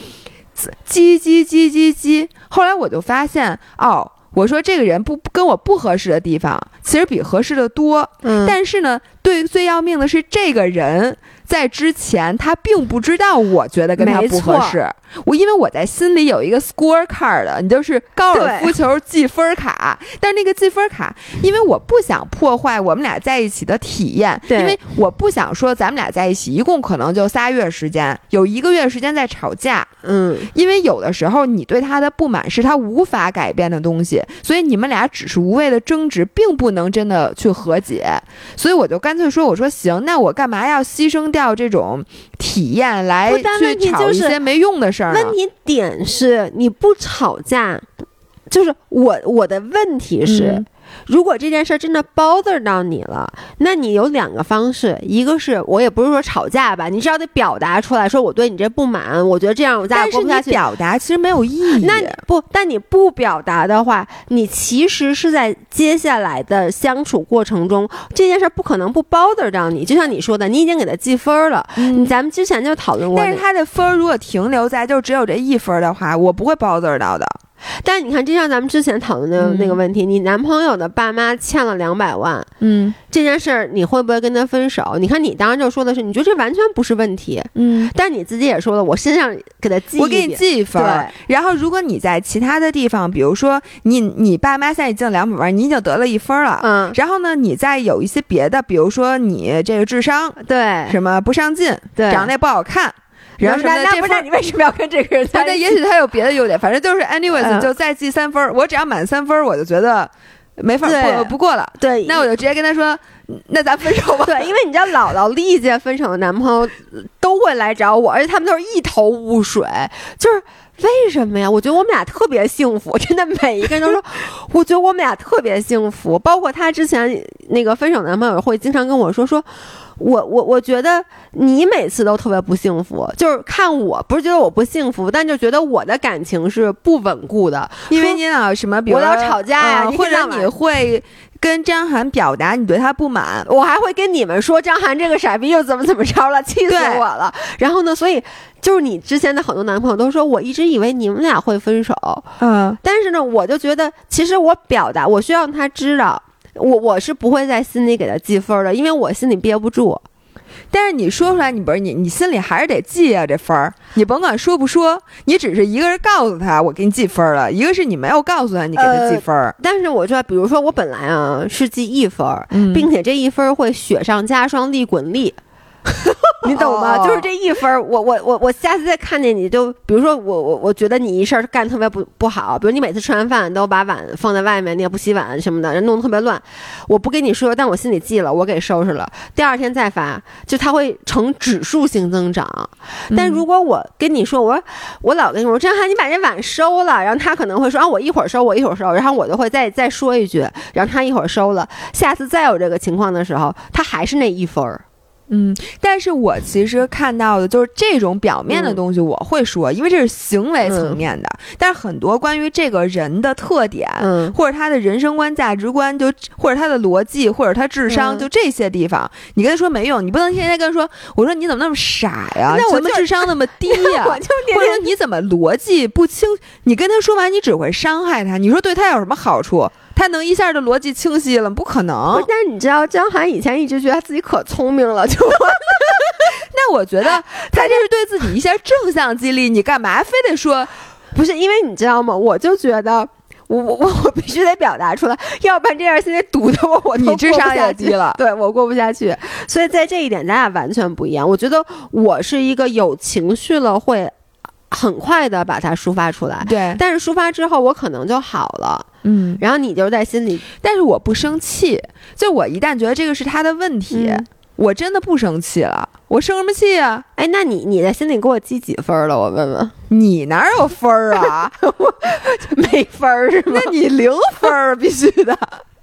叽，后来我就发现，我说这个人不跟我不合适的地方，其实比合适的多。但是呢，最要命的是，这个人在之前他并不知道，我觉得跟他不合适。因为我在心里有一个 scorecard 的，你就是高尔夫球计分卡。但是那个计分卡，因为我不想破坏我们俩在一起的体验，因为我不想说咱们俩在一起一共可能就3月时间，有1个月时间在吵架。因为有的时候你对他的不满是他无法改变的东西，所以你们俩只是无谓的争执，并不能真的去和解。所以我就干脆说，我说行，那我干嘛要牺牲掉这种体验来去吵一些没用的事儿呢？ 问题点是你不吵架，就是我的问题是，如果这件事真的 bother 到你了，那你有2个方式，一个是我也不是说吵架吧，你至少得表达出来，说我对你这不满，我觉得这样我咱俩过不下去。 但是你表达其实没有意义。 但你不表达的话，你其实是在接下来的相处过程中，这件事不可能不 bother 到你。就像你说的，你已经给他记分了，咱们之前就讨论过。 但是他的分如果停留在就只有这1分的话，我不会 bother 到的。 但是你看，就像咱们之前讨论的那个问题，你男朋友的爸妈欠了200万，这件事儿你会不会跟他分手？你看你当时就说的是，你觉得这完全不是问题，但你自己也说了，我身上给他记， 我给你记1分。然后如果你在其他的地方，比如说你爸妈现在已经200万，你已经得了1分了，然后呢，你再有一些别的，比如说你这个智商， 对， 什么不上进， 对， 长得也不好看。然后那不是你为什么要跟这个人在一起？ 也许他有别的优点，反正就是 anyways，就再记3分。我只要满3分，我就觉得没法不过了。 对， 那我就直接跟他说，那咱分手吧。 对，因为你知道，老历届分手的男朋友都会来找我，而且他们都是一头雾水，就是为什么呀？我觉得我们俩特别幸福，真的每一个人都说，我觉得我们俩特别幸福。包括他之前那个分手男朋友会经常跟我说。我觉得你每次都特别不幸福，就是看我不是觉得我不幸福，但就觉得我的感情是不稳固的， 因为你老什么，比如我老吵架呀， 或者你会跟张涵表达你对他不满， 我还会跟你们说张涵这个傻逼又怎么着了，气死我了。然后呢，所以就是你之前的很多男朋友都说，我一直以为你们俩会分手，但是呢，我就觉得其实我表达，我需要让他知道。我是不会在心里给他记分的，因为我心里憋不住。 但是你说出来，你心里还是得记啊这分儿。你甭管说不说，你只是一个人告诉他我给你记分了，一个是你没有告诉他你给他记分。 但是我知道，比如说我本来是记1分，并且这1分会雪上加霜，利滚利。 你懂吗？就是这1分，我下次再看见你就，比如说我觉得你一事儿干特别不好，比如你每次吃完饭都把碗放在外面，你也不洗碗什么的，人弄得特别乱，我不跟你说，但我心里记了，我给收拾了，第2天再发，就它会呈指数性增长。但如果我跟你说，我老跟你说，张涵，你把这碗收了，然后他可能会说啊，我一会儿收，然后我就会再说一句，然后他一会儿收了，下次再有这个情况的时候，他还是那1分。 但是我其实看到的就是这种表面的东西我会说，因为这是行为层面的，但是很多关于这个人的特点，或者他的人生观价值观，就或者他的逻辑，或者他智商，就这些地方你跟他说没用，你不能天天跟他说，我说你怎么那么傻呀， 那我怎么智商那么低呀或者说你怎么逻辑不清，你跟他说完你只会伤害他，你说对他有什么好处？他能一下就逻辑清晰了？不可能。 但是你知道，张涵以前一直觉得他自己可聪明了，就那我觉得他这是对自己一些正向激励，你干嘛非得说？ 不是因为你知道吗？我就觉得我必须得表达出来，要不然这样现在堵得我你智商也低了， 对我过不下去。所以在这一点咱俩完全不一样。我觉得我是一个有情绪了会很快的把它抒发出来， 对， 但是抒发之后我可能就好了，然后你就在心里， 但是我不生气，就我一旦觉得这个是他的问题，我真的不生气了，我生什么气啊？ 哎，那你在心里给我记几分了？我问问你哪有分啊？ 没分是吗？ 那你0分必须的。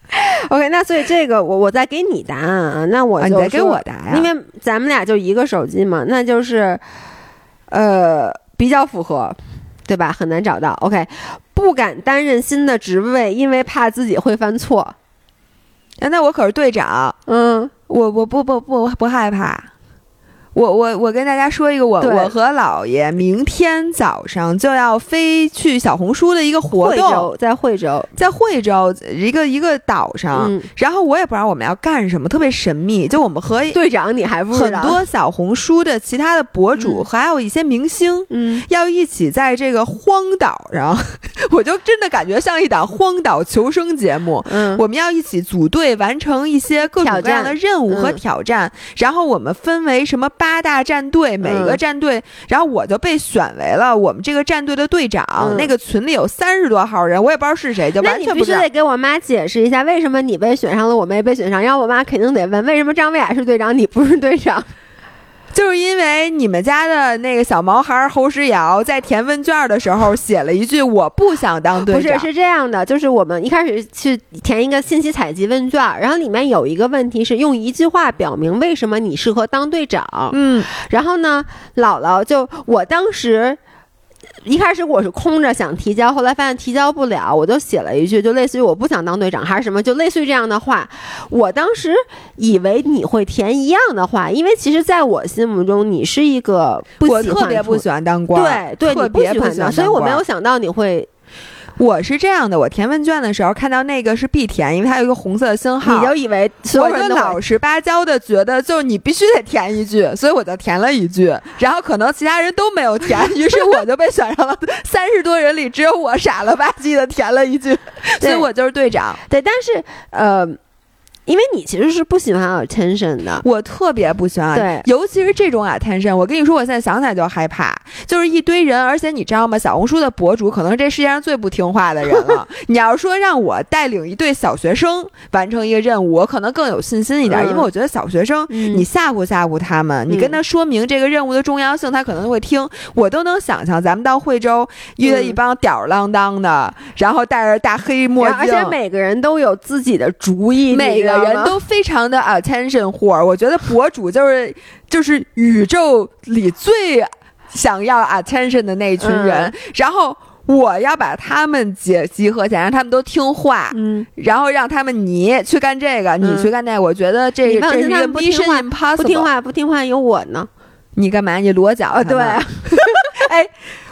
OK， 那所以这个我再给你答案啊，那我就你再给我答呀， 因为咱们俩就一个手机嘛，那就是比较符合，对吧？很难找到。OK， 不敢担任新的职位，因为怕自己会犯错。 那我可是队长，我不害怕。我跟大家说一个，我和姥爷明天早上就要飞去小红书的一个活动， 在惠州一个岛上，然后我也不知道我们要干什么，特别神秘。就我们和队长你还不知道， 很多小红书的其他的博主，还有一些明星，要一起在这个荒岛上，我就真的感觉像一档荒岛求生节目。我们要一起组队完成一些各种各样的任务和挑战，然后我们分为什么8大战队，每个战队，然后我就被选为了我们这个战队的队长。那个群里有30多号人，我也不知道是谁，就完全不知道。 那你必须得给我妈解释一下，为什么你被选上了，我没被选上？然后我妈肯定得问，为什么张薇雅是队长，你不是队长？ 就是因为你们家的那个小毛孩侯诗瑶在填问卷的时候写了一句我不想当队长。 不是这样的，就是我们一开始去填一个信息采集问卷，然后里面有一个问题是用1句话表明为什么你适合当队长。然后呢，姥姥就我当时一开始我是空着想提交，后来发现提交不了，我就写了一句，就类似于我不想当队长还是什么，就类似于这样的话。我当时以为你会填一样的话，因为其实在我心目中你是一个我特别不喜欢当官， 对， 特别不喜欢当官， 所以我没有想到你会。 我是这样的，我填问卷的时候看到那个是必填，因为它有一个红色的星号， 你就以为所有人都我就老实巴交的觉得就是你必须得填一句，所以我就填了一句，然后可能其他人都没有填，于是我就被选上了30多人里只有我傻了吧唧的填了一句，所以我就是队长。 对，但是因为你其实是不喜欢 attention 的， 我特别不喜欢， 对， 尤其是这种 attention。我跟你说，我现在想起来就害怕，就是一堆人，而且你知道吗？小红书的博主可能是这世界上最不听话的人了。你要说让我带领一队小学生完成一个任务，我可能更有信心一点，因为我觉得小学生，你吓唬吓唬他们，你跟他说明这个任务的重要性，他可能会听。我都能想象咱们到惠州遇到一帮吊儿郎当的，然后戴着大黑墨镜， 而且每个人都有自己的主意， 每个人都非常的 attention whore。我觉得博主就是宇宙里最想要 attention 的那一群人，然后我要把他们集合起来，让他们都听话，然后让他们你去干这个，你去干那个。我觉得这是一个 mission impossible。 不听话有我呢。 你干嘛？你裸脚？ 对。 哎，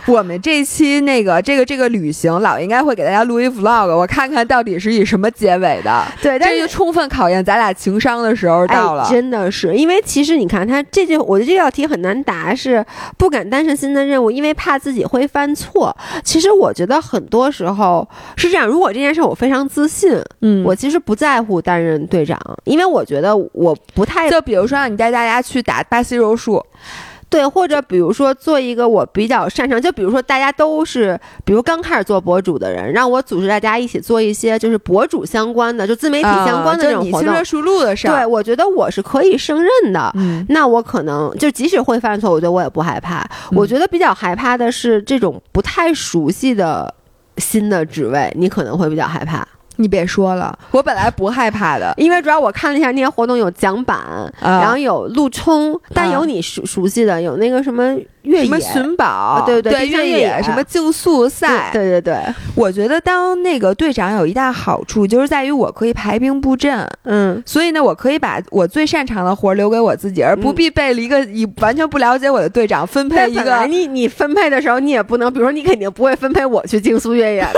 我们这期这个旅行老应该会给大家录一 vlog， 我看看到底是以什么结尾的。 对， 这就充分考验咱俩情商的时候到了。 真的是，因为其实你看他我觉得这道题很难答，是不敢担任新的任务，因为怕自己会犯错。其实我觉得很多时候是这样，如果这件事我非常自信，我其实不在乎担任队长，因为我觉得我不太， 就比如说让你带大家去打巴西柔术。 对，或者比如说做一个我比较擅长，就比如说大家都是，比如刚开始做博主的人，让我组织大家一起做一些就是博主相关的，就自媒体相关的这种活动， 就你轻车熟路的事儿。 对，我觉得我是可以胜任的。那我可能就即使会犯错，我觉得我也不害怕。我觉得比较害怕的是这种不太熟悉的新的职位，你可能会比较害怕。 你别说了，我本来不害怕的， 因为主要我看了一下那些活动，有桨板，然后有路冲，但有你熟悉的，有那个什么越野、 什么寻宝， 对越野什么竞速赛， 对。 我觉得当那个队长有一大好处，就是在于我可以排兵布阵，所以呢，我可以把我最擅长的活留给我自己，而不必被一个完全不了解我的队长分配一个。 你分配的时候，你也不能，比如说你肯定不会分配我去竞速越野的。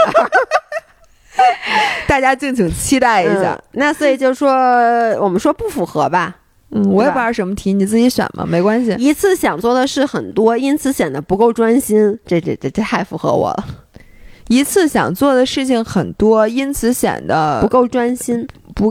大家敬请期待一下。 那所以就说我们说不符合吧。 我也不知道什么题，你自己选吧，没关系。 一次想做的事很多，因此显得不够专心。这太符合我了。 一次想做的事情很多，因此显得不够专心。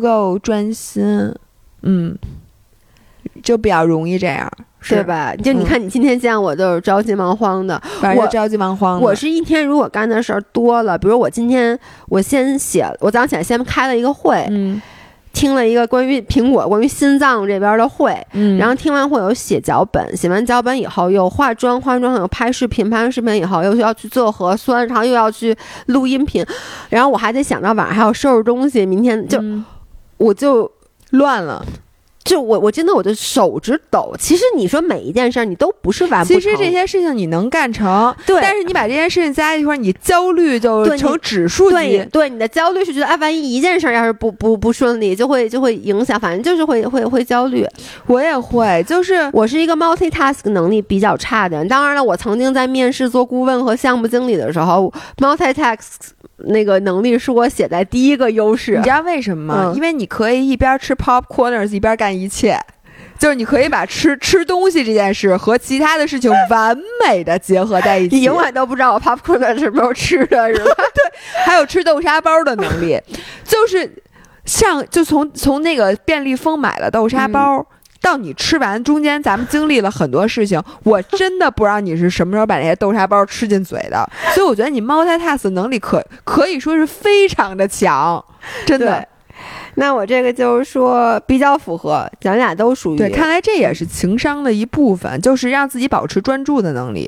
就比较容易这样。 对吧？就你看，你今天见我都是着急忙慌的， 我着急忙慌的。 我是一天如果干的事儿多了，比如我今天我早上起来先开了一个会，听了一个关于苹果、关于心脏这边的会，然后听完会有写脚本，写完脚本以后又化妆有拍视频以后又要去做核酸，然后又要去录音频，然后我还得想到晚上还要收拾东西，明天我就乱了。 就我真的我的手指抖。其实你说每一件事你都不是完不成， 其实这些事情你能干成， 对。 但是你把这件事情加一块，你焦虑就成指数级。 对，你的焦虑是觉得万一一件事要是不顺利，就会影响，反正就是会焦虑。 我也会，就是我是一个 multitask 能力比较差的人。当然了，我曾经在面试做顾问和项目经理的时候 multitask 那个能力是我写在第一个优势。 你知道为什么吗？因为你可以一边吃 popcorners 一边干一切，就是你可以把吃东西这件事和其他的事情完美的结合在一起。 你永远都不知道我 popcorners 是没有吃的，是吧？ 对，还有吃豆沙包的能力，就是从那个便利蜂买了豆沙包。到你吃完中间咱们经历了很多事情，我真的不知道你是什么时候把那些豆沙包吃进嘴的，所以我觉得你 multitask 能力可以说是非常的强，真的。 那我这个就是说比较符合，咱俩都属于。 对，看来这也是情商的一部分，就是让自己保持专注的能力，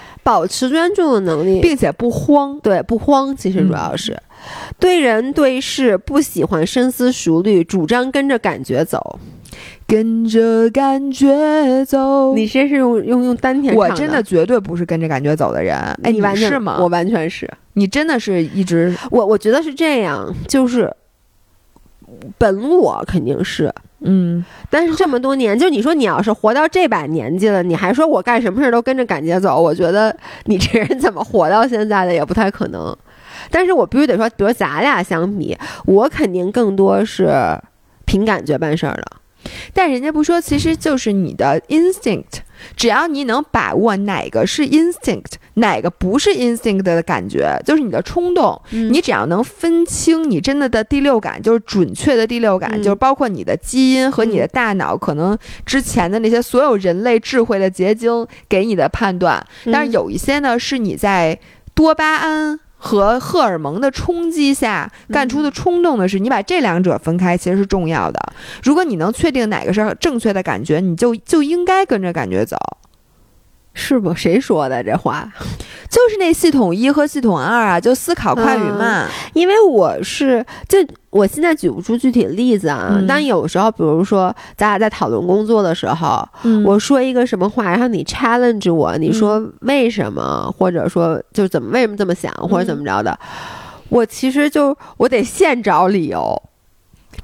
并且不慌。 对，不慌，其实主要是。对人对事不喜欢深思熟虑，主张跟着感觉走。 跟着感觉走， 你先是用丹田唱的。 我真的绝对不是跟着感觉走的人。哎， 你是吗？ 我完全是。 你真的是一直我觉得是这样，就是本我肯定是，但是这么多年，就你说你要是活到这把年纪了，你还说我干什么事都跟着感觉走，我觉得你这人怎么活到现在的也不太可能。但是我必须得说，比如咱俩相比，我肯定更多是凭感觉办事儿的。 但人家不说，其实就是你的 instinct， 只要你能把握哪个是 instinct， 哪个不是 instinct 的感觉，就是你的冲动，你只要能分清你真的第六感，就是准确的第六感，就是包括你的基因和你的大脑可能之前的那些所有人类智慧的结晶给你的判断，但是有一些呢是你在多巴胺和荷尔蒙的冲击下干出的冲动的事，你把这两者分开其实是重要的。如果你能确定哪个是正确的感觉，你就应该跟着感觉走。 是不？谁说的这话？ 就是那系统1和系统2啊，就思考快与慢。 因为我现在举不出具体的例子啊，但有时候比如说咱俩在讨论工作的时候，我说一个什么话，然后你 challenge 我，你说为什么，或者说就为什么这么想，或者怎么着的，我其实我得现找理由。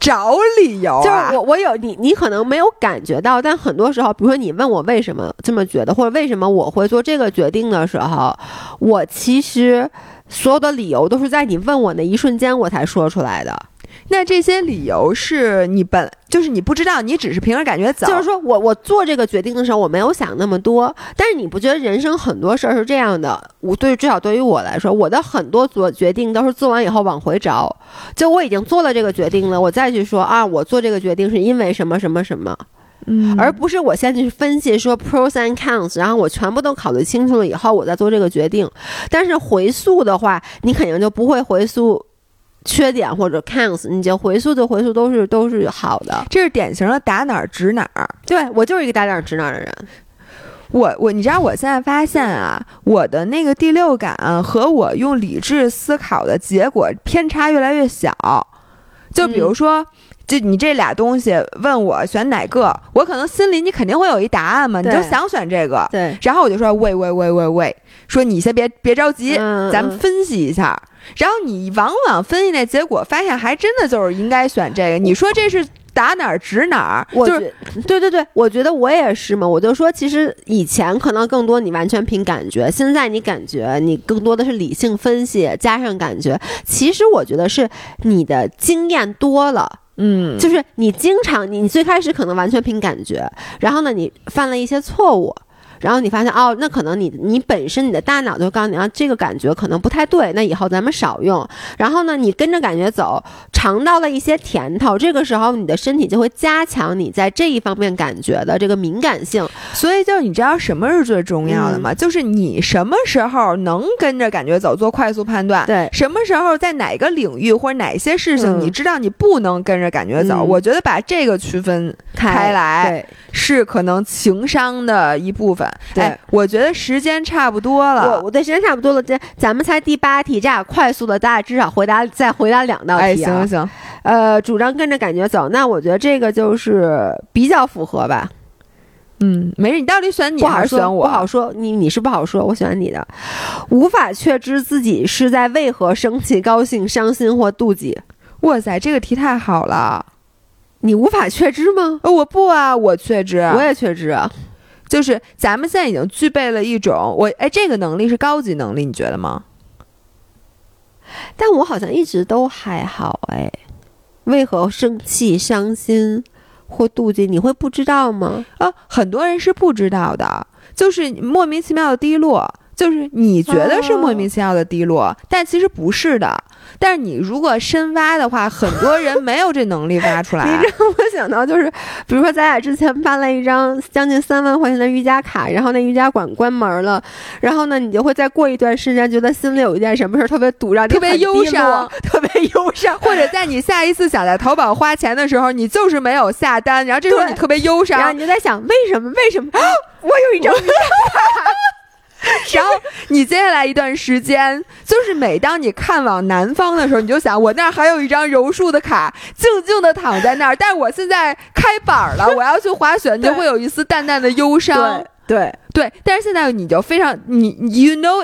找理由啊，就是我有你可能没有感觉到，但很多时候，比如说你问我为什么这么觉得，或者为什么我会做这个决定的时候，我其实所有的理由都是在你问我那一瞬间我才说出来的。 那这些理由是你就是你不知道，你只是凭着感觉走。 就是说我做这个决定的时候，我没有想那么多。但是你不觉得人生很多事儿是这样的？至少对于我来说，我的很多决定都是做完以后往回找。就我已经做了这个决定了，我再去说啊，我做这个决定是因为什么什么什么。而不是我先去分析说 pros and cons， 然后我全部都考虑清楚了以后，我再做这个决定。但是回溯的话，你肯定就不会回溯缺点或者 cons， 你就回溯都是好的。 这是典型的打哪儿指哪儿。 对，我就是一个打哪儿指哪儿的人。 你知道我现在发现啊，我的那个第六感和我用理智思考的结果偏差越来越小。就比如说就你这俩东西问我选哪个，我可能心里你肯定会有一答案嘛，你就想选这个。 对， 然后我就说喂，说你先别着急，咱们分析一下。然后你往往分析那结果，发现还真的就是应该选这个。你说这是打哪儿指哪儿？ 对，我觉得我也是嘛。我就说，其实以前可能更多你完全凭感觉，现在你感觉你更多的是理性分析加上感觉。其实我觉得是你的经验多了。就是你经常你最开始可能完全凭感觉，然后呢你犯了一些错误，然后你发现哦，那可能你本身你的大脑就告诉你啊，这个感觉可能不太对，那以后咱们少用。然后呢，你跟着感觉走，尝到了一些甜头，这个时候你的身体就会加强你在这一方面感觉的这个敏感性。 所以就是你知道什么是最重要的吗？就是你什么时候能跟着感觉走做快速判断， 对， 什么时候在哪个领域或者哪些事情你知道你不能跟着感觉走。我觉得把这个区分开来是可能情商的一部分。 对， 我觉得时间差不多了。 我对时间差不多了，咱们才第8题，这样快速的，大家至少再回答2道题啊。行， 主张跟着感觉走，那我觉得这个就是比较符合吧。 没事，你到底选你还是选我？ 不好说，你是不好说，我选你的。无法确知自己是在为何生气、高兴、伤心或妒忌。 哇塞，这个题太好了。 你无法确知吗？ 我不啊，我确知， 我也确知啊。 就是咱们现在已经具备了一种这个能力是高级能力，你觉得吗？ 但我好像一直都还好为何生气、伤心或妒忌，你会不知道吗？ 很多人是不知道的，就是莫名其妙的低落，就是你觉得是莫名其妙的低落，但其实不是的。但是你如果深挖的话，很多人没有这能力挖出来。 你让我想到就是，比如说咱俩之前办了一张将近3万块钱的瑜伽卡，然后那瑜伽馆关门了，然后呢，你就会再过一段时间觉得心里有一件什么事特别堵，让你特别忧伤， 特别忧伤， 或者在你下一次想在淘宝花钱的时候，你就是没有下单，然后这时候你特别忧伤， 然后你就在想为什么？我有一张瑜伽卡。 然后你接下来一段时间，就是每当你看往南方的时候，你就想我那儿还有一张柔术的卡，静静的躺在那儿，但是我现在开板了，我要去滑雪，你就会有一丝淡淡的忧伤。对，但是现在你就非常you know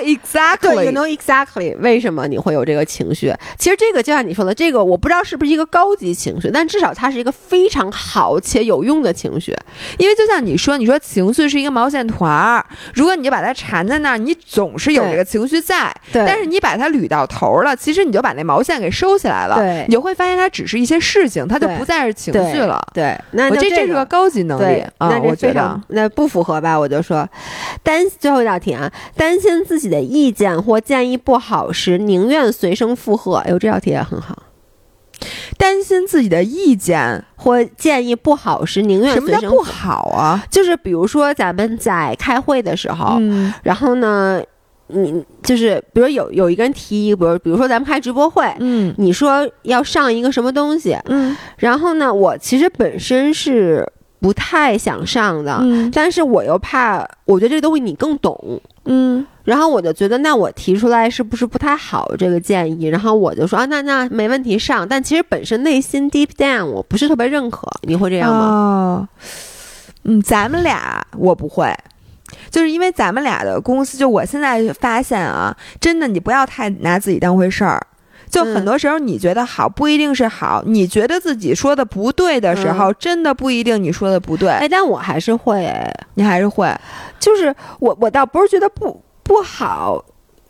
exactly 为什么你会有这个情绪。其实这个就像你说的，这个我不知道是不是一个高级情绪，但至少它是一个非常好且有用的情绪。 因为就像你说情绪是一个毛线团，如果你就把它缠在那儿，你总是有这个情绪在。 对， 但是你把它捋到头了，其实你就把那毛线给收起来了。 对， 你就会发现它只是一些事情，它就不再是情绪了。 对， 我这是个高级能力啊， 我觉得那不符合吧？我就说最后一道题啊，担心自己的意见或建议不好时，宁愿随声附和。这道题也很好。 担心自己的意见或建议不好时，宁愿随声附和。 什么叫不好啊？ 就是比如说咱们在开会的时候，然后呢，你就是比如有一个人提议，比如说咱们开直播会，你说要上一个什么东西，然后呢，我其实本身是不太想上的，但是我又怕，我觉得这个东西你更懂，然后我就觉得那我提出来是不是不太好这个建议，然后我就说那没问题上，但其实本身内心 deep down 我不是特别认可。你会这样吗？ 咱们俩我不会，就是因为咱们俩的公司，就我现在发现啊，真的你不要太拿自己当回事儿。 就很多时候你觉得好不一定是好，你觉得自己说的不对的时候，真的不一定你说的不对。 但我还是会， 你还是会， 就是我倒不是觉得不好，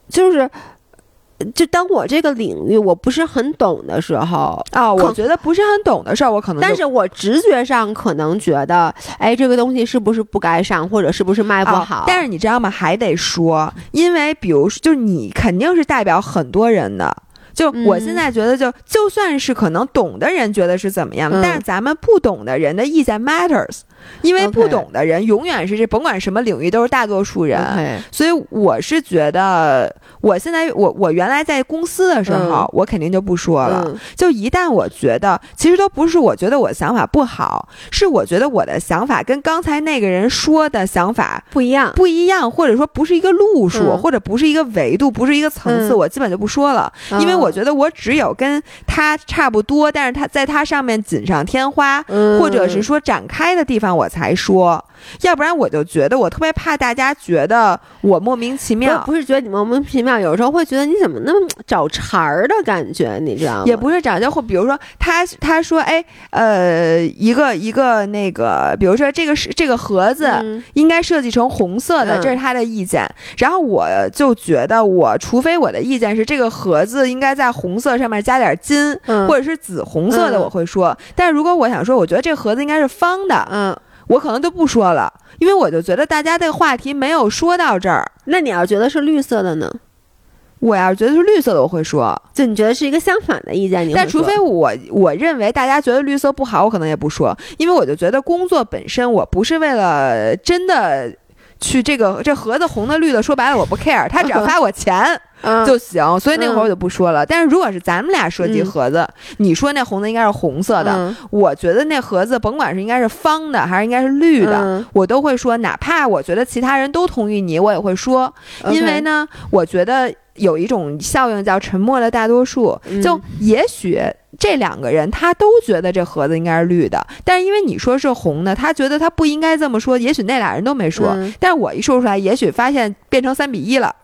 就当我这个领域我不是很懂的时候我觉得不是很懂的事儿，我可能但是我直觉上可能觉得，这个东西是不是不该上，或者是不是卖不好？ 但是你知道吗？还得说，因为比如说，就是你肯定是代表很多人的。就我现在觉得就算是可能懂的人觉得是怎么样，但是咱们不懂的人的意见 matters， 因为不懂的人永远是甭管什么领域都是大多数人。所以我是觉得，我现在我原来在公司的时候，我肯定就不说了。就一旦我觉得，其实都不是我觉得我的想法不好，是我觉得我的想法跟刚才那个人说的想法不一样， 或者说不是一个路数，或者不是一个维度，不是一个层次，我基本就不说了，因为我觉得我只有跟他差不多，但是他在他上面锦上添花，或者是说展开的地方我才说，要不然我就觉得我特别怕大家觉得我莫名其妙。 不是觉得你莫名其妙，有时候会觉得你怎么那么找茬儿的感觉，你知道吗？ 也不是找茬，或比如说他说一个那个，比如说这个盒子应该设计成红色的，这是他的意见。然后我就觉得除非我的意见是这个盒子应该在红色上面加点金，或者是紫红色的，我会说。但是如果我想说，我觉得这个盒子应该是方的，我可能就不说了，因为我就觉得大家这个话题没有说到这儿。 那你要觉得是绿色的呢？ 我要是觉得是绿色的，我会说。 就你觉得是一个相反的意见，你会说。 但除非我认为大家觉得绿色不好，我可能也不说，因为我就觉得工作本身，我不是为了真的去这盒子红的绿的，说白了我不 care， 他只要发我钱就行，所以那会儿我就不说了。但是如果是咱们俩设计盒子，你说那红的应该是红色的，我觉得那盒子甭管是应该是方的还是应该是绿的，我都会说，哪怕我觉得其他人都同意你，我也会说。因为呢，我觉得有一种效应叫沉默的大多数，就也许这两个人他都觉得这盒子应该是绿的，但是因为你说是红的，他觉得他不应该这么说，也许那俩人都没说，但是我一说出来，也许发现变成3:1了。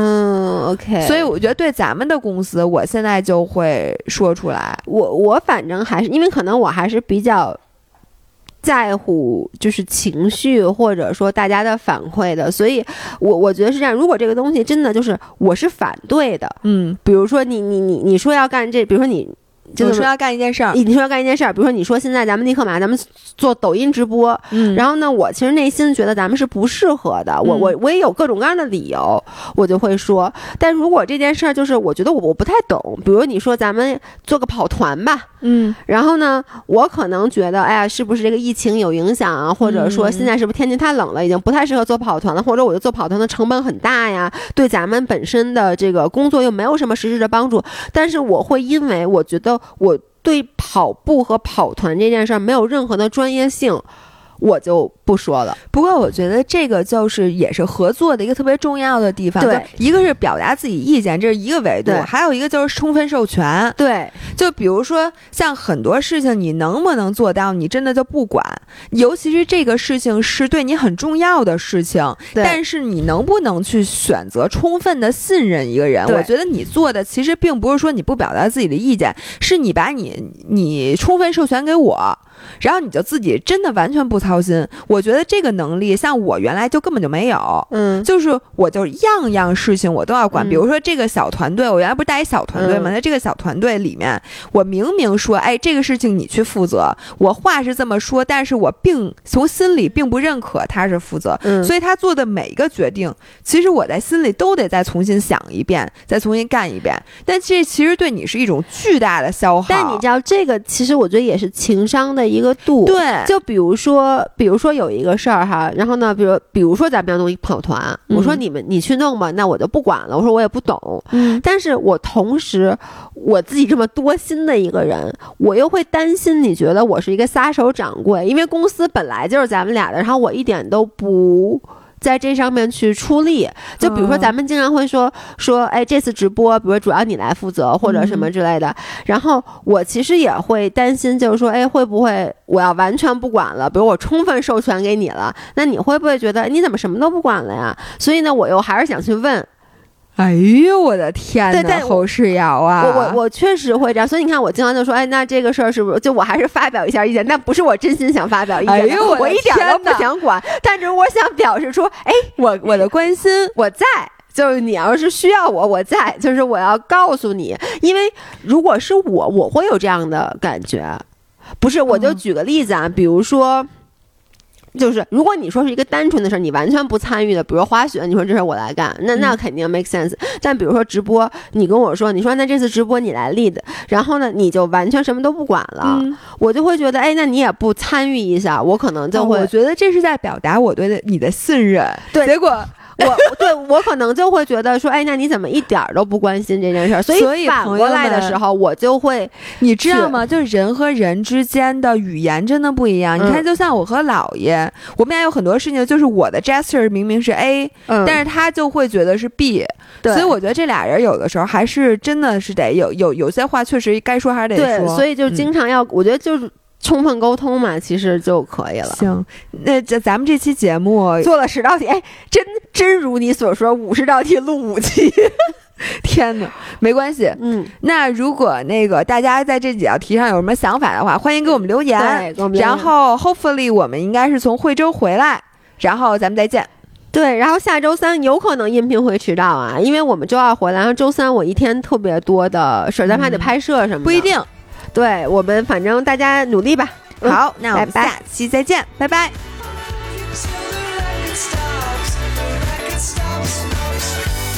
OK， 所以我觉得对咱们的公司，我现在就会说出来。 我反正还是因为可能我还是比较在乎就是情绪或者说大家的反馈的，所以我觉得是这样。如果这个东西真的就是我是反对的，比如说你说要干这，比如说你说要干一件事儿， 你说要干一件事儿，比如说你说现在咱们立刻马上咱们做抖音直播，然后呢，我其实内心觉得咱们是不适合的，我也有各种各样的理由，我就会说。但如果这件事儿就是我觉得我不太懂，比如你说咱们做个跑团吧，然后呢，我可能觉得哎呀，是不是这个疫情有影响啊，或者说现在是不是天气太冷了，已经不太适合做跑团了，或者我就做跑团的成本很大呀，对咱们本身的这个工作又没有什么实质的帮助，但是我会因为我觉得我对跑步和跑团这件事儿没有任何的专业性，我就不说了。 不过我觉得这个也是合作的一个特别重要的地方。 对， 一个是表达自己意见，这是一个维度，还有一个就是充分授权。 对， 就比如说像很多事情你能不能做到，你真的就不管，尤其是这个事情是对你很重要的事情，但是你能不能去选择充分的信任一个人，我觉得你做的其实并不是说你不表达自己的意见，是你把你充分授权给我，然后你就自己真的完全不操心。我觉得这个能力像我原来就根本就没有，就是我就样样事情我都要管，比如说这个小团队，我原来不是带一小团队嘛，在这个小团队里面，我明明说，哎，这个事情你去负责，我话是这么说，但是我从心里并不认可他是负责，所以他做的每一个决定，其实我在心里都得再重新想一遍，再重新干一遍，但这其实对你是一种巨大的消耗。 但你知道这个其实我觉得也是情商的一个度。 对， 就比如说有一个事儿哈，然后呢，比如说咱们要弄一跑团，我说你去弄吧，那我就不管了，我说我也不懂，但是我同时我自己这么多心的一个人，我又会担心你觉得我是一个撒手掌柜，因为公司本来就是咱们俩的，然后我一点都不在这上面去出力。就比如说咱们经常会说哎，这次直播比如说主要你来负责或者什么之类的，然后我其实也会担心，就是说哎，会不会我要完全不管了，比如我充分授权给你了，那你会不会觉得你怎么什么都不管了呀？所以呢，我又还是想去问哎呦我的天哪！ 对， 侯世瑶啊， 我确实会这样，所以你看我经常就说，哎，那这个事儿是不是就我还是发表一下意见？那不是我真心想发表意见， 哎呦我一点都不想管，但是我想表示出，哎， 我的关心我在。就是你要是需要我在，就是我要告诉你，因为如果是我会有这样的感觉，不是，我就举个例子啊，比如说，就是如果你说是一个单纯的事儿，你完全不参与的，比如滑雪，你说这事我来干，那肯定 make sense。但比如说直播，你跟我说，你说那这次直播你来 lead， 然后呢，你就完全什么都不管了，我就会觉得，哎，那你也不参与一下，我可能就会， 我觉得这是在表达我对你的信任， 对， 结果。 我可能就会觉得说，哎，那你怎么一点都不关心这件事儿？所以反过来的时候，我就会， 你知道吗？就是人和人之间的语言真的不一样。你看，就像我和姥爷，我们俩有很多事情，就是我的 gesture 明明是 A，但是他就会觉得是 B。所以我觉得这俩人有的时候还是真的是得有些话确实该说还是得说。 对，所以就经常要，我觉得就是。充分沟通嘛，其实就可以了。 行，那咱们这期节目做了10道题，哎，真如你所说，50道题录5期。 天哪，没关系。那如果那个大家在这几道题上有什么想法的话，欢迎给我们留言。 对，给我们留言。 然后 hopefully 我们应该是从惠州回来，然后咱们再见。 对，然后下周3有可能音频会迟到啊，因为我们周2回来，然后周3我一天特别多的事儿，咱们还得拍摄什么的。 不一定。 对，我们反正大家努力吧。 好，那我们下期再见，拜拜。 Till the record stops, the record stops.